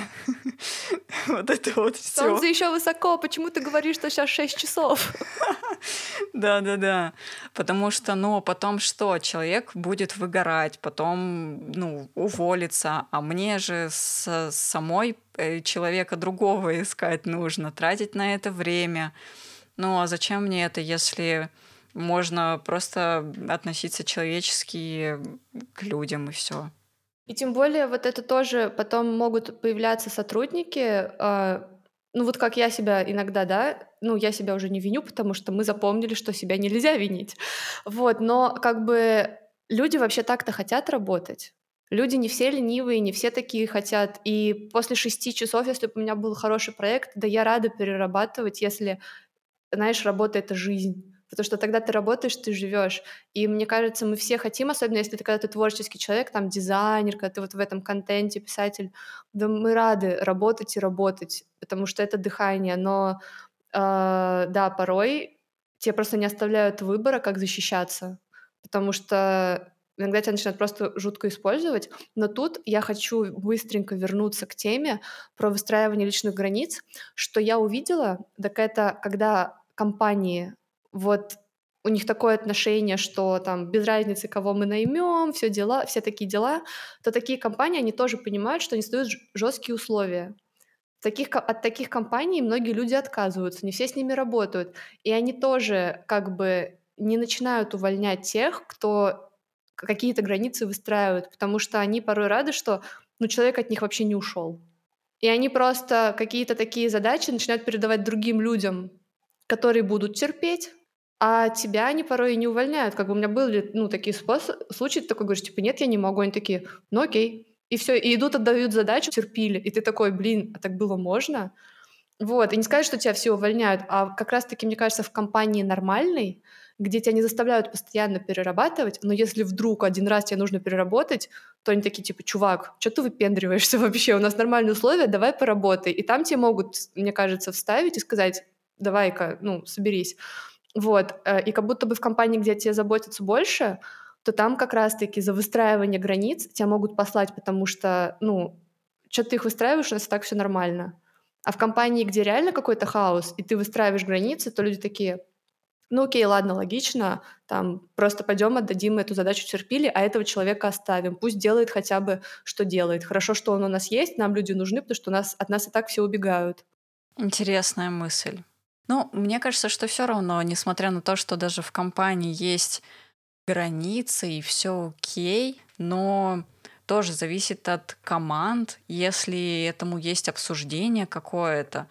Вот это вот все. Солнце еще высоко, почему ты говоришь, что сейчас шесть часов? Да-да-да. Потому что, ну, потом что? Человек будет выгорать, потом, ну, уволится, а мне же с самой э, человека другого искать нужно, тратить на это время. Ну, а зачем мне это, если можно просто относиться человечески к людям и все? И тем более вот это тоже потом могут появляться сотрудники, а, ну вот как я себя иногда, да, ну я себя уже не виню, потому что мы запомнили, что себя нельзя винить. Вот, но как бы люди вообще так-то хотят работать. Люди не все ленивые, не все такие хотят. И после шести часов, если бы у меня был хороший проект, да я рада перерабатывать, если знаешь, работа — это жизнь. Потому что тогда ты работаешь, ты живешь. И мне кажется, мы все хотим, особенно если ты когда ты творческий человек, там дизайнер, когда ты вот в этом контенте, писатель, да мы рады работать и работать, потому что это дыхание. Но э, да, порой тебе просто не оставляют выбора, как защищаться, потому что иногда тебя начинают просто жутко использовать. Но тут я хочу быстренько вернуться к теме про выстраивание личных границ. Что я увидела, так это когда компании, вот у них такое отношение, что там без разницы, кого мы наймем, все дела, все такие дела, то такие компании, они тоже понимают, что они создают жесткие условия. Таких, ко- от таких компаний многие люди отказываются, не все с ними работают. И они тоже как бы не начинают увольнять тех, кто какие-то границы выстраивает, потому что они порой рады, что ну, человек от них вообще не ушел. И они просто какие-то такие задачи начинают передавать другим людям, которые будут терпеть, а тебя они порой и не увольняют. Как бы у меня были, ну, такие способы, случаи, ты такой говоришь, типа, нет, я не могу. Они такие, ну окей. И все, и идут, отдают задачу, терпили. И ты такой, блин, а так было можно? Вот, и не сказать, что тебя все увольняют, а как раз-таки, мне кажется, в компании нормальной, где тебя не заставляют постоянно перерабатывать, но если вдруг один раз тебе нужно переработать, то они такие типа, чувак, что ты выпендриваешься вообще, у нас нормальные условия, давай поработай. И там тебе могут, мне кажется, вставить и сказать, давай-ка, ну, соберись. Вот, э, и как будто бы в компании, где тебе заботятся больше, то там как раз-таки за выстраивание границ тебя могут послать, потому что, ну, что ты их выстраиваешь, у нас и так все нормально. А в компании, где реально какой-то хаос, и ты выстраиваешь границы, то люди такие, ну окей, ладно, логично, там просто пойдем отдадим эту задачу терпили, а этого человека оставим. Пусть делает хотя бы, что делает. Хорошо, что он у нас есть, нам люди нужны, потому что у нас, от нас и так все убегают. Интересная мысль. Ну, мне кажется, что все равно, несмотря на то, что даже в компании есть границы и все окей, но тоже зависит от команд, если этому есть обсуждение какое-то.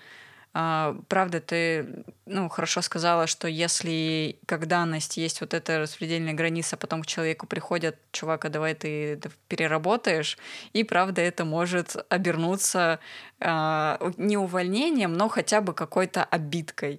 А, правда, ты, ну, хорошо сказала, что если как данность есть вот эта распределенная граница, потом к человеку приходят, чувак, а давай ты это переработаешь, и правда это может обернуться а, не увольнением, но хотя бы какой-то обидкой.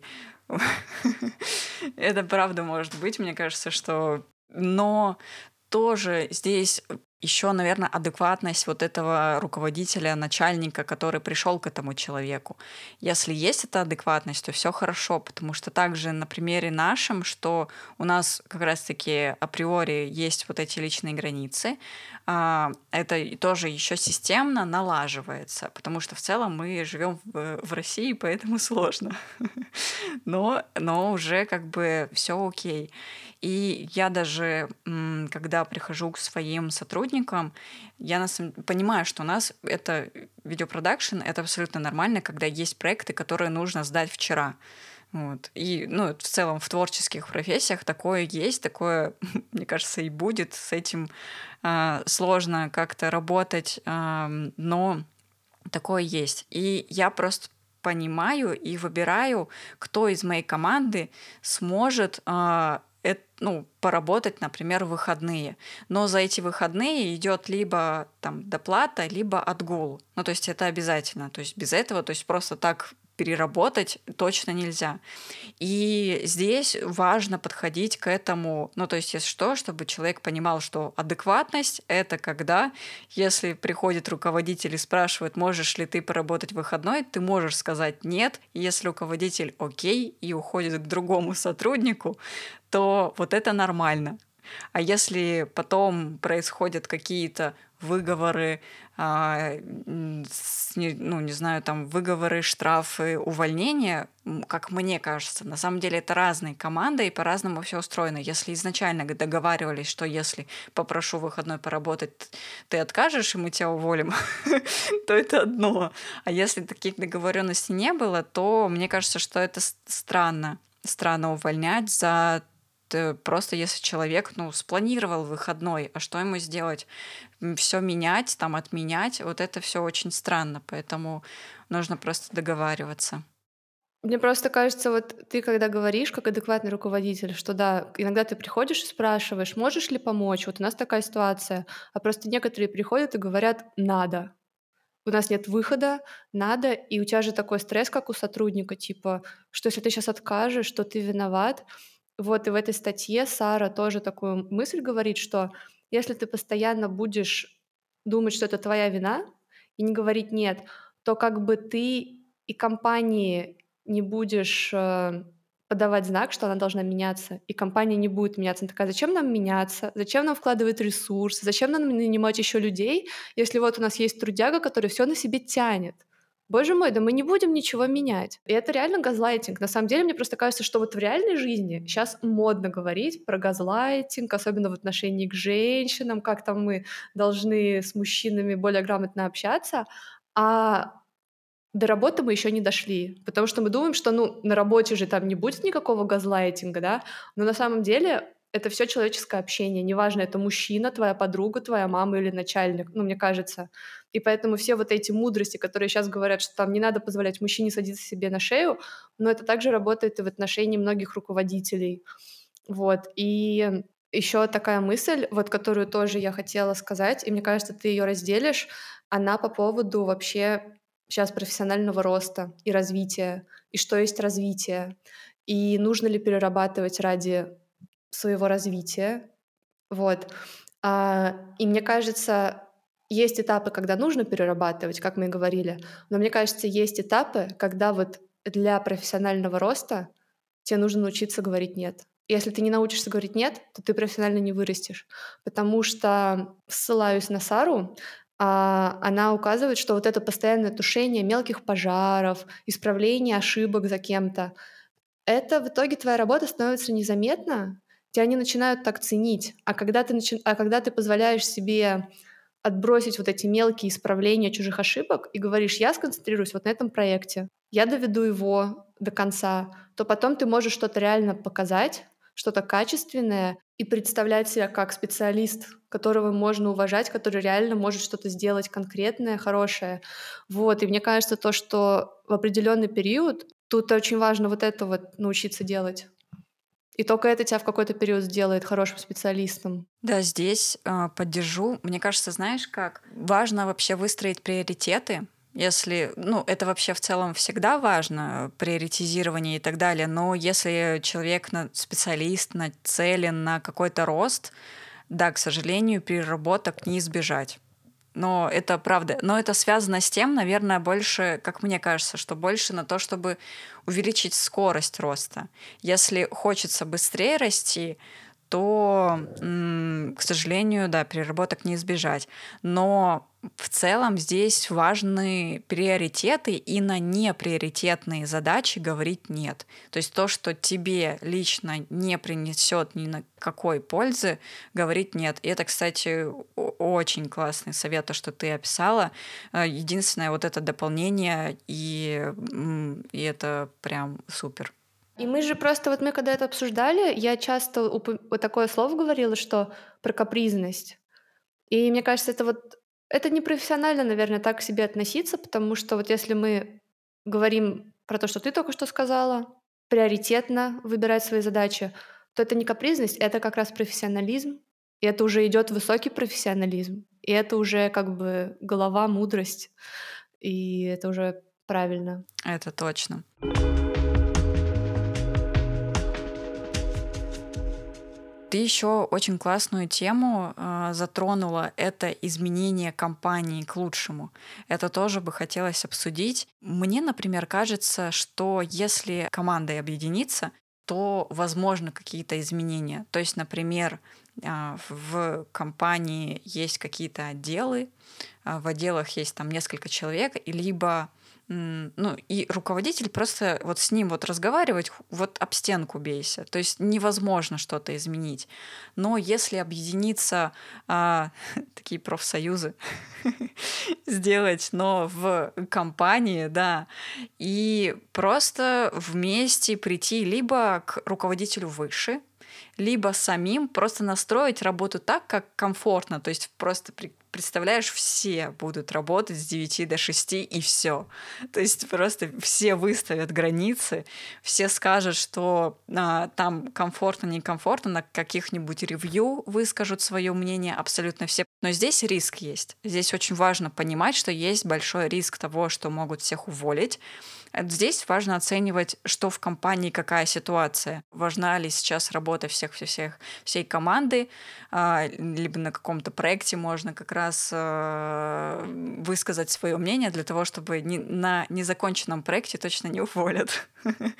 Это правда может быть, мне кажется, что... Но тоже здесь Еще, наверное, адекватность вот этого руководителя, начальника, который пришел к этому человеку. Если есть эта адекватность, то все хорошо, потому что также на примере нашем, что у нас как раз-таки априори есть вот эти личные границы, а, это и тоже еще системно налаживается, потому что в целом мы живем в, в России, поэтому сложно. Но, но уже как бы все окей. И я даже, м, когда прихожу к своим сотрудникам, я на самом- понимаю, что у нас это видеопродакшн, это абсолютно нормально, когда есть проекты, которые нужно сдать вчера. Вот. И, ну, в целом в творческих профессиях такое есть, такое, мне кажется, и будет. С этим а, сложно как-то работать, ам, но такое есть. И я просто понимаю и выбираю, кто из моей команды сможет а, эт- ну, поработать, например, в выходные. Но за эти выходные идет либо там доплата, либо отгул. Ну, то есть это обязательно. То есть без этого, то есть просто так переработать точно нельзя. И здесь важно подходить к этому, ну, то есть, если что, чтобы человек понимал, что адекватность — это когда, если приходит руководитель и спрашивает, можешь ли ты поработать в выходной, ты можешь сказать «нет», и если руководитель окей и уходит к другому сотруднику, то вот это нормально. А если потом происходят какие-то выговоры, а, м, с не- ну, не знаю, там, выговоры, штрафы, увольнения, м, как мне кажется, на самом деле это разные команды и по-разному все устроено. Если изначально г- договаривались, что если попрошу выходной поработать, ты откажешь, и мы тебя уволим, то это одно. А если таких договоренностей не было, то мне кажется, что это с- странно. Странно увольнять за т- просто если человек, ну, спланировал выходной, а что ему сделать? Все менять, там, отменять, вот это все очень странно, поэтому нужно просто договариваться. Мне просто кажется, вот ты когда говоришь, как адекватный руководитель, что да, иногда ты приходишь и спрашиваешь, можешь ли помочь, вот у нас такая ситуация, а просто некоторые приходят и говорят «надо». У нас нет выхода, надо, и у тебя же такой стресс, как у сотрудника, типа, что если ты сейчас откажешь, что ты виноват. Вот, и в этой статье Сара тоже такую мысль говорит, что если ты постоянно будешь думать, что это твоя вина, и не говорить «нет», то как бы ты и компании не будешь э, подавать знак, что она должна меняться, и компания не будет меняться. Она такая, зачем нам меняться? Зачем нам вкладывать ресурсы? Зачем нам нанимать еще людей, если вот у нас есть трудяга, который все на себе тянет? Боже мой, да мы не будем ничего менять. И это реально газлайтинг. На самом деле, мне просто кажется, что вот в реальной жизни сейчас модно говорить про газлайтинг, особенно в отношении к женщинам, как там мы должны с мужчинами более грамотно общаться, а до работы мы еще не дошли, потому что мы думаем, что, ну, на работе же там не будет никакого газлайтинга, да, но на самом деле это все человеческое общение, неважно, это мужчина, твоя подруга, твоя мама или начальник, ну, мне кажется. И поэтому все вот эти мудрости, которые сейчас говорят, что там не надо позволять мужчине садиться себе на шею, но это также работает и в отношении многих руководителей. Вот. И еще такая мысль, вот которую тоже я хотела сказать, и мне кажется, ты ее разделишь, она по поводу вообще сейчас профессионального роста и развития, и что есть развитие, и нужно ли перерабатывать ради своего развития. Вот. А, и мне кажется, есть этапы, когда нужно перерабатывать, как мы и говорили, но мне кажется, есть этапы, когда вот для профессионального роста тебе нужно научиться говорить «нет». Если ты не научишься говорить «нет», то ты профессионально не вырастешь. Потому что, ссылаюсь на Сару, а, она указывает, что вот это постоянное тушение мелких пожаров, исправление ошибок за кем-то, это в итоге твоя работа становится незаметна, тебя не начинают так ценить. А когда ты, начи- а когда ты позволяешь себе отбросить вот эти мелкие исправления чужих ошибок и говоришь, я сконцентрируюсь вот на этом проекте, я доведу его до конца, то потом ты можешь что-то реально показать, что-то качественное и представлять себя как специалист, которого можно уважать, который реально может что-то сделать конкретное, хорошее. Вот. И мне кажется, то, что в определенный период тут очень важно вот это вот научиться делать. И только это тебя в какой-то период сделает хорошим специалистом. Да, здесь а, поддержу. Мне кажется, знаешь как, важно вообще выстроить приоритеты. Если, ну, это вообще в целом всегда важно, приоритизирование и так далее, но если человек, на- специалист, нацелен на какой-то рост, Да, к сожалению, переработок не избежать. Но это правда. Но это связано с тем, наверное, больше, как мне кажется, что больше на то, чтобы увеличить скорость роста. Если хочется быстрее расти, то, м, к сожалению, да, переработок не избежать. Но в целом здесь важны приоритеты, и на неприоритетные задачи говорить нет. То есть то, что тебе лично не принесет ни на какой пользы, говорить нет. И это, кстати, о- очень классный совет, то, что ты описала. Э, Единственное, вот это дополнение, и, м, и это прям супер. И мы же просто, вот мы когда это обсуждали, я часто упо- вот такое слово говорила, что про капризность. И мне кажется, это вот это непрофессионально, наверное, так к себе относиться, потому что вот если мы говорим про то, что ты только что сказала, приоритетно выбирать свои задачи, то это не капризность, это как раз профессионализм, и это уже идет высокий профессионализм, и это уже как бы голова, мудрость, и это уже правильно. Это точно. Ты еще очень классную тему э, затронула. Это изменение компании к лучшему. Это тоже бы хотелось обсудить. Мне, например, кажется, что если команда объединится, то возможны какие-то изменения. То есть, например, а, в компании есть какие-то отделы, а, в отделах есть там несколько человек, и либо м, ну, и руководитель просто вот с ним вот разговаривать, ху- вот об стенку бейся. То есть невозможно что-то изменить. Но если объединиться, а, такие профсоюзы сделать, но в компании, да, и просто вместе прийти либо к руководителю выше, либо самим просто настроить работу так, как комфортно. То есть просто при- представляешь, все будут работать с девяти до шести и все. То есть просто все выставят границы, все скажут, что а, там комфортно, некомфортно, на каких-нибудь ревью выскажут свое мнение абсолютно все. Но здесь риск есть. Здесь очень важно понимать, что есть большой риск того, что могут всех уволить. Э, Здесь важно оценивать, что в компании, какая ситуация. Важна ли сейчас работа всех, всех, всех всей команды, а, либо на каком-то проекте можно как раз а, высказать свое мнение для того, чтобы не- на незаконченном проекте точно не уволят.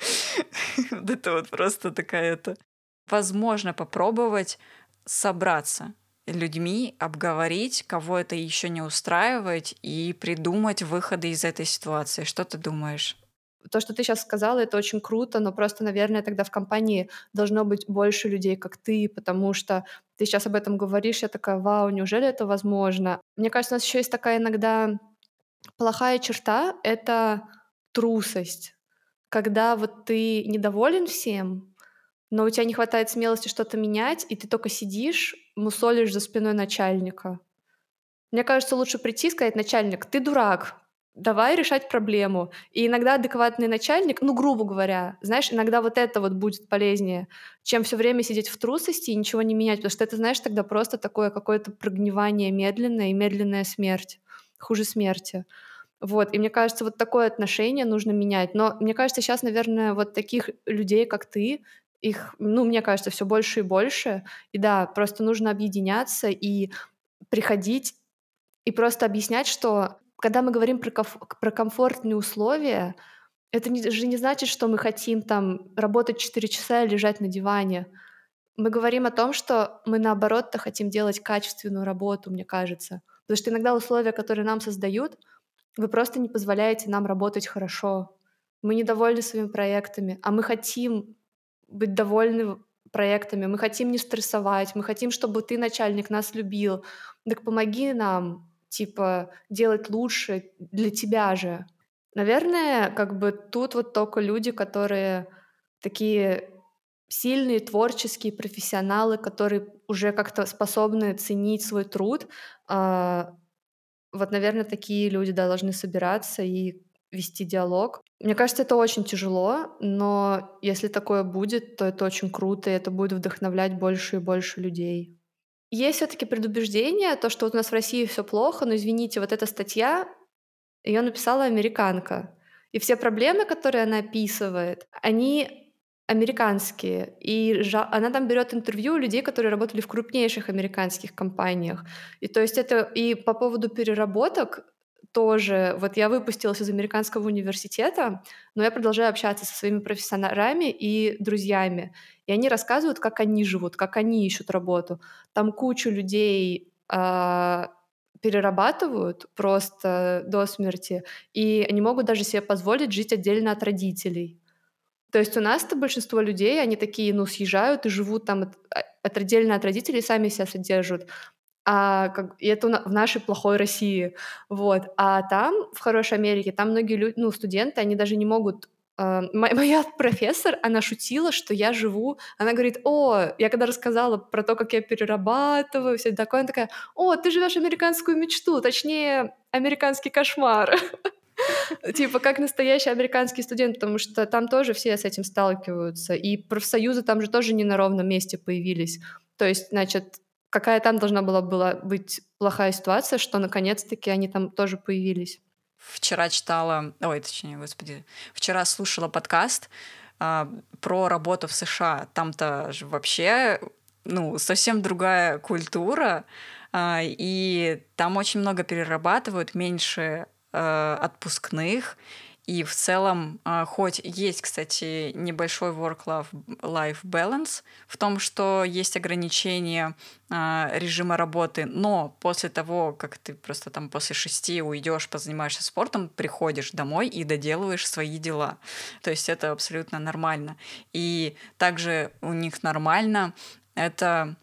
Вот это вот просто такая-то. Возможно, попробовать собраться людьми, обговорить, кого это еще не устраивает, и придумать выходы из этой ситуации. Что ты думаешь? То, что ты сейчас сказала, это очень круто, но просто, наверное, тогда в компании должно быть больше людей, как ты, потому что ты сейчас об этом говоришь, я такая: «Вау, неужели это возможно?» Мне кажется, у нас еще есть такая иногда плохая черта — это трусость. Когда вот ты недоволен всем, но у тебя не хватает смелости что-то менять, и ты только сидишь, мусолишь за спиной начальника. Мне кажется, лучше прийти и сказать: «Начальник, ты дурак, давай решать проблему». И иногда адекватный начальник, ну, грубо говоря, знаешь, иногда вот это вот будет полезнее, чем все время сидеть в трусости и ничего не менять, потому что это, знаешь, тогда просто такое какое-то прогнивание медленное и медленная смерть, хуже смерти. Вот, и мне кажется, вот такое отношение нужно менять. Но мне кажется, сейчас, наверное, вот таких людей, как ты, их, ну, мне кажется, все больше и больше. И да, просто нужно объединяться и приходить и просто объяснять, что когда мы говорим про, комф- про комфортные условия, это не- же не значит, что мы хотим там работать четыре часа и лежать на диване. Мы говорим о том, что мы наоборот-то хотим делать качественную работу, мне кажется. Потому что иногда условия, которые нам создают, вы просто не позволяете нам работать хорошо. Мы недовольны своими проектами, а мы хотим быть довольны проектами, мы хотим не стрессовать, мы хотим, чтобы ты, начальник, нас любил. Так помоги нам, типа, делать лучше для тебя же. Наверное, как бы тут вот только люди, которые такие сильные, творческие профессионалы, которые уже как-то способны ценить свой труд, а, вот, наверное, такие люди, да, должны собираться и вести диалог. Мне кажется, это очень тяжело, но если такое будет, то это очень круто, и это будет вдохновлять больше и больше людей. Есть все таки предубеждение, то, что вот у нас в России все плохо, но, извините, вот эта статья, ее написала американка. И все проблемы, которые она описывает, они американские. И жа она там берет интервью у людей, которые работали в крупнейших американских компаниях. И то есть это и по поводу переработок тоже. Вот я выпустилась из американского университета, но я продолжаю общаться со своими профессорами и друзьями. И они рассказывают, как они живут, как они ищут работу. Там кучу людей а, перерабатывают просто до смерти, и они могут даже себе позволить жить отдельно от родителей. То есть у нас-то большинство людей, они такие, ну, съезжают и живут там от, а, от отдельно от родителей, сами себя содержат. А как и это у на в нашей плохой России. Вот. А там, в хорошей Америке, там многие люди, ну, студенты, они даже не могут. А, мо моя профессор, она шутила, что я живу. Она говорит: "О", я когда рассказала про то, как я перерабатываю, всё такое, она такая: "О, ты живешь американскую мечту, точнее, американский кошмар". Типа как настоящий американский студент, потому что там тоже все с этим сталкиваются, и профсоюзы там же тоже не на ровном месте появились. То есть, значит, какая там должна была была быть плохая ситуация, что наконец-таки они там тоже появились. Вчера читала, ой, точнее, господи, вчера слушала подкаст а, про работу в США. Там-то же вообще, ну, совсем другая культура, а, и там очень много перерабатывают, меньше э, отпускных, и в целом, а, хоть есть, кстати, небольшой work-life balance в том, что есть ограничения а, режима работы, но после того, как ты просто там после шести уйдешь, позанимаешься спортом, приходишь домой и доделываешь свои дела. То есть это абсолютно нормально. И также у них нормально это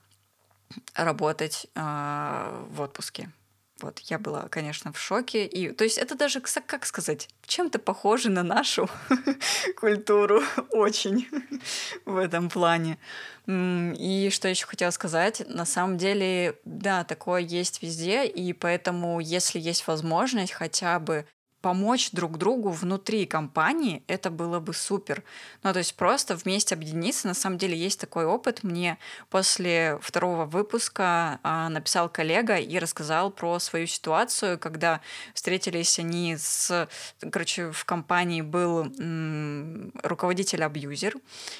работать а, в отпуске. Вот, я была, конечно, в шоке. И, то есть это даже, кса- как сказать, чем-то похоже на нашу культуру очень в этом плане. М, И что еще хотела сказать, на самом деле, да, такое есть везде, и поэтому, если есть возможность хотя бы помочь друг другу внутри компании, это было бы супер. Ну, то есть просто вместе объединиться. На самом деле есть такой опыт. Мне после второго выпуска а, написал коллега и рассказал про свою ситуацию, когда встретились они с... Короче, в компании был м, руководитель-абьюзер,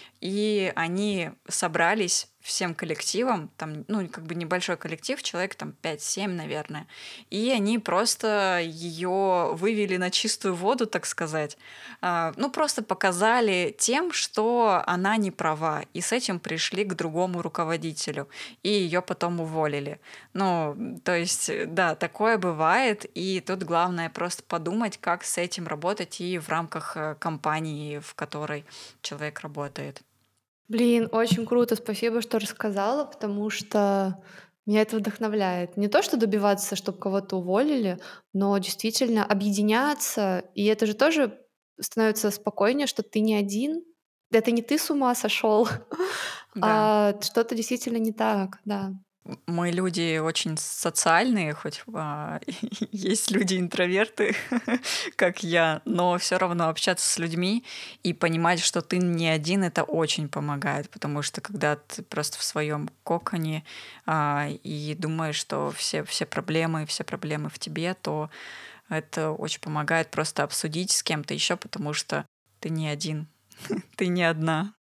и они собрались всем коллективом, там, ну, как бы небольшой коллектив, человек там пять-семь, наверное, и они просто ее вывели на чистую воду, так сказать. А, Ну, просто показали тем, что она не права, и с этим пришли к другому руководителю, и ее потом уволили. Ну, то есть, э, да, такое бывает, и тут главное просто подумать, как с этим работать и в рамках э, компании, в которой человек работает. Блин, очень круто, спасибо, что рассказала, потому что меня это вдохновляет. Не то, что добиваться, чтобы кого-то уволили, но действительно объединяться. И это же тоже становится спокойнее, что ты не один. Это не ты с ума сошел, Да. а что-то действительно не так, да. Мы люди очень социальные, хоть а, есть люди-интроверты, как я, но все равно общаться с людьми и понимать, что ты не один, это очень помогает, потому что когда ты просто в своем коконе а, и думаешь, что все, все проблемы, все проблемы в тебе, то это очень помогает просто обсудить с кем-то еще, потому что ты не один, ты не одна.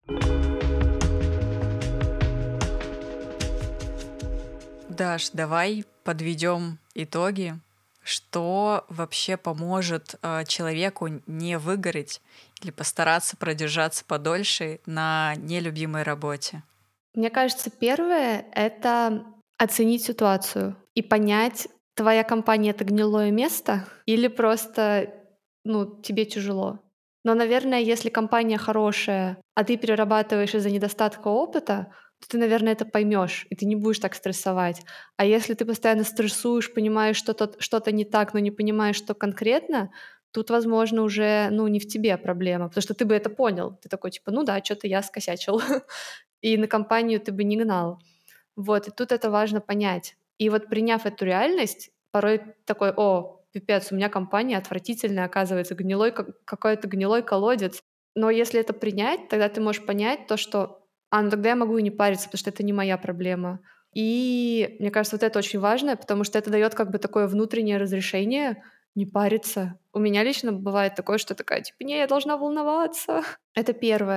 Даш, давай подведем итоги. Что вообще поможет э, человеку не выгореть или постараться продержаться подольше на нелюбимой работе? Мне кажется, первое — это оценить ситуацию и понять, твоя компания — это гнилое место или просто, ну, тебе тяжело. Но, наверное, если компания хорошая, а ты перерабатываешь из-за недостатка опыта, то ты, наверное, это поймешь, и ты не будешь так стрессовать. А если ты постоянно стрессуешь, понимаешь, что то что-то не так, но не понимаешь, что конкретно, тут, возможно, уже, ну, не в тебе проблема, потому что ты бы это понял. Ты такой типа: "Ну да, что то я скосячил". И на компанию ты бы не гнал. Вот, и тут это важно понять. И вот приняв эту реальность, порой такой: "О, пипец, у меня компания отвратительная, оказывается, гнилой как какой-то гнилой колодец". Но если это принять, тогда ты можешь понять то, что: "А, ну тогда я могу и не париться, потому что это не моя проблема". И мне кажется, вот это очень важно, потому что это дает как бы такое внутреннее разрешение не париться. У меня лично бывает такое, что такая типа: "Не, я должна волноваться". Это первое.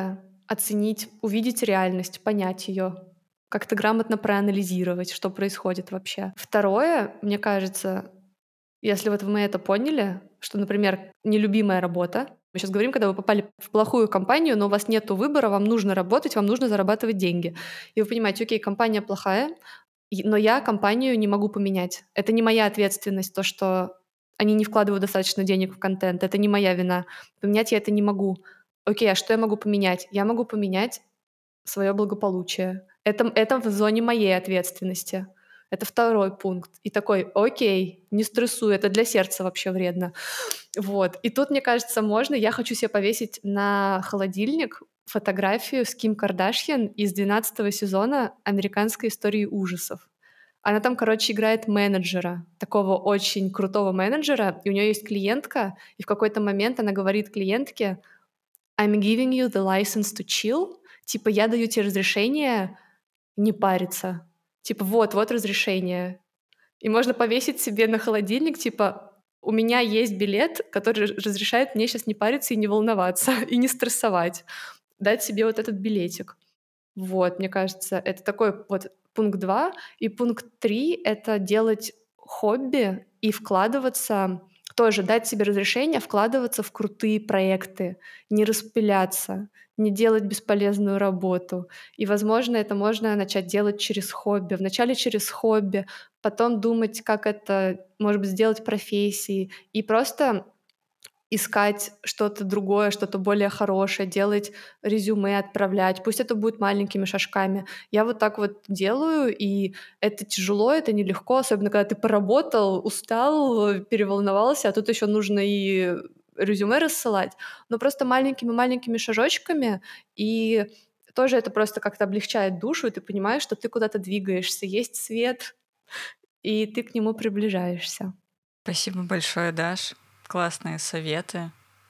оценить, увидеть реальность, понять ее, как-то грамотно проанализировать, что происходит вообще. Второе, мне кажется, если вот мы это поняли, что, например, нелюбимая работа, мы сейчас говорим, когда вы попали в плохую компанию, но у вас нет выбора, вам нужно работать, вам нужно зарабатывать деньги. И вы понимаете, окей, компания плохая, и- но я компанию не могу поменять. Это не моя ответственность, то, что они не вкладывают достаточно денег в контент. Это не моя вина. Поменять я это не могу. Окей, а что я могу поменять? Я могу поменять свое благополучие. Это, это в зоне моей ответственности. Это второй пункт. И такой, окей, не стрессуй, это для сердца вообще вредно. Вот. И тут, мне кажется, можно, я хочу себе повесить на холодильник фотографию с Ким Кардашьян из двенадцатого сезона «Американской истории ужасов». Она там, короче, играет менеджера, такого очень крутого менеджера, и у нее есть клиентка, и в какой-то момент она говорит клиентке: I'm giving you the license to chill. Типа, я даю тебе разрешение не париться. Типа, вот, вот разрешение. И можно повесить себе на холодильник, типа, у меня есть билет, который разрешает мне сейчас не париться и не волноваться, и не стрессовать. Дать себе вот этот билетик. Вот, мне кажется, это такой вот пункт два. И пункт три — это делать хобби и вкладываться, тоже дать себе разрешение вкладываться в крутые проекты, не распыляться, не делать бесполезную работу. И, возможно, это можно начать делать через хобби. Вначале через хобби, потом думать, как это, может быть, сделать профессией. И просто искать что-то другое, что-то более хорошее, делать резюме, отправлять. Пусть это будет маленькими шажками. Я вот так вот делаю, и это тяжело, это нелегко, особенно когда ты поработал, устал, переволновался, а тут еще нужно и резюме рассылать. Но просто маленькими-маленькими шажочками, и тоже это просто как-то облегчает душу, и ты понимаешь, что ты куда-то двигаешься, есть свет, и ты к нему приближаешься. Спасибо большое, Даш. Классные советы.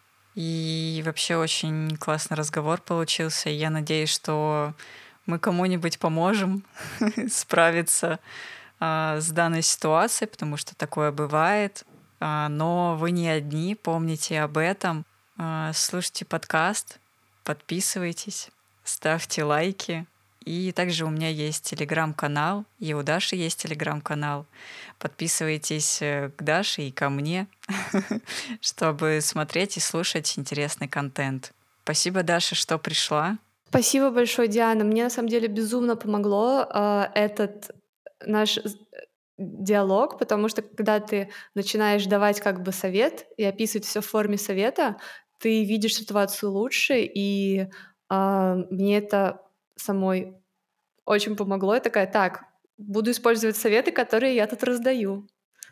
И вообще очень классный разговор получился. Я надеюсь, что мы кому-нибудь поможем справиться а, с данной ситуацией, потому что такое бывает. А, но вы не одни, помните об этом. А, слушайте подкаст, подписывайтесь, ставьте лайки. И также у меня есть телеграм-канал, и у Даши есть телеграм-канал. Подписывайтесь э, к Даше и ко мне, чтобы смотреть и слушать интересный контент. Спасибо, Даша, что пришла. Спасибо большое, Диана. Мне на самом деле безумно помогло а, этот наш з- диалог, потому что когда ты начинаешь давать как бы совет и описывать все в форме совета, ты видишь ситуацию лучше, и а, мне это самой очень помогло. Я такая, так, буду использовать советы, которые я тут раздаю.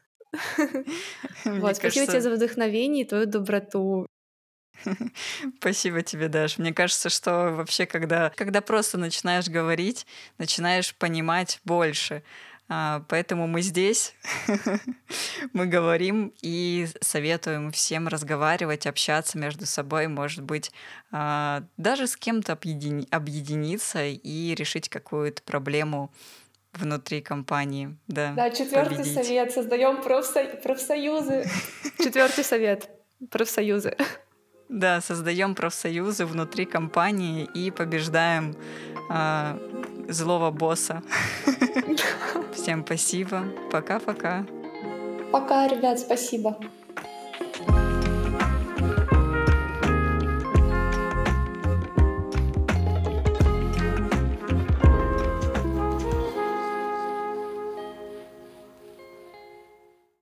Мне Вот, спасибо тебе кажется, за вдохновение и твою доброту. спасибо тебе, Даш. Мне кажется, что вообще, когда, когда просто начинаешь говорить, начинаешь понимать больше. А, Поэтому мы здесь, мы говорим и советуем всем разговаривать, общаться между собой, может быть, а, даже с кем-то объедини- объединиться и решить какую-то проблему внутри компании, да, Да, четвертый победить. совет. Создаем профсо- профсоюзы. Четвертый совет. Профсоюзы. Да, создаем профсоюзы внутри компании и побеждаем а, злого босса. Всем спасибо. Пока-пока. Пока, ребят, спасибо.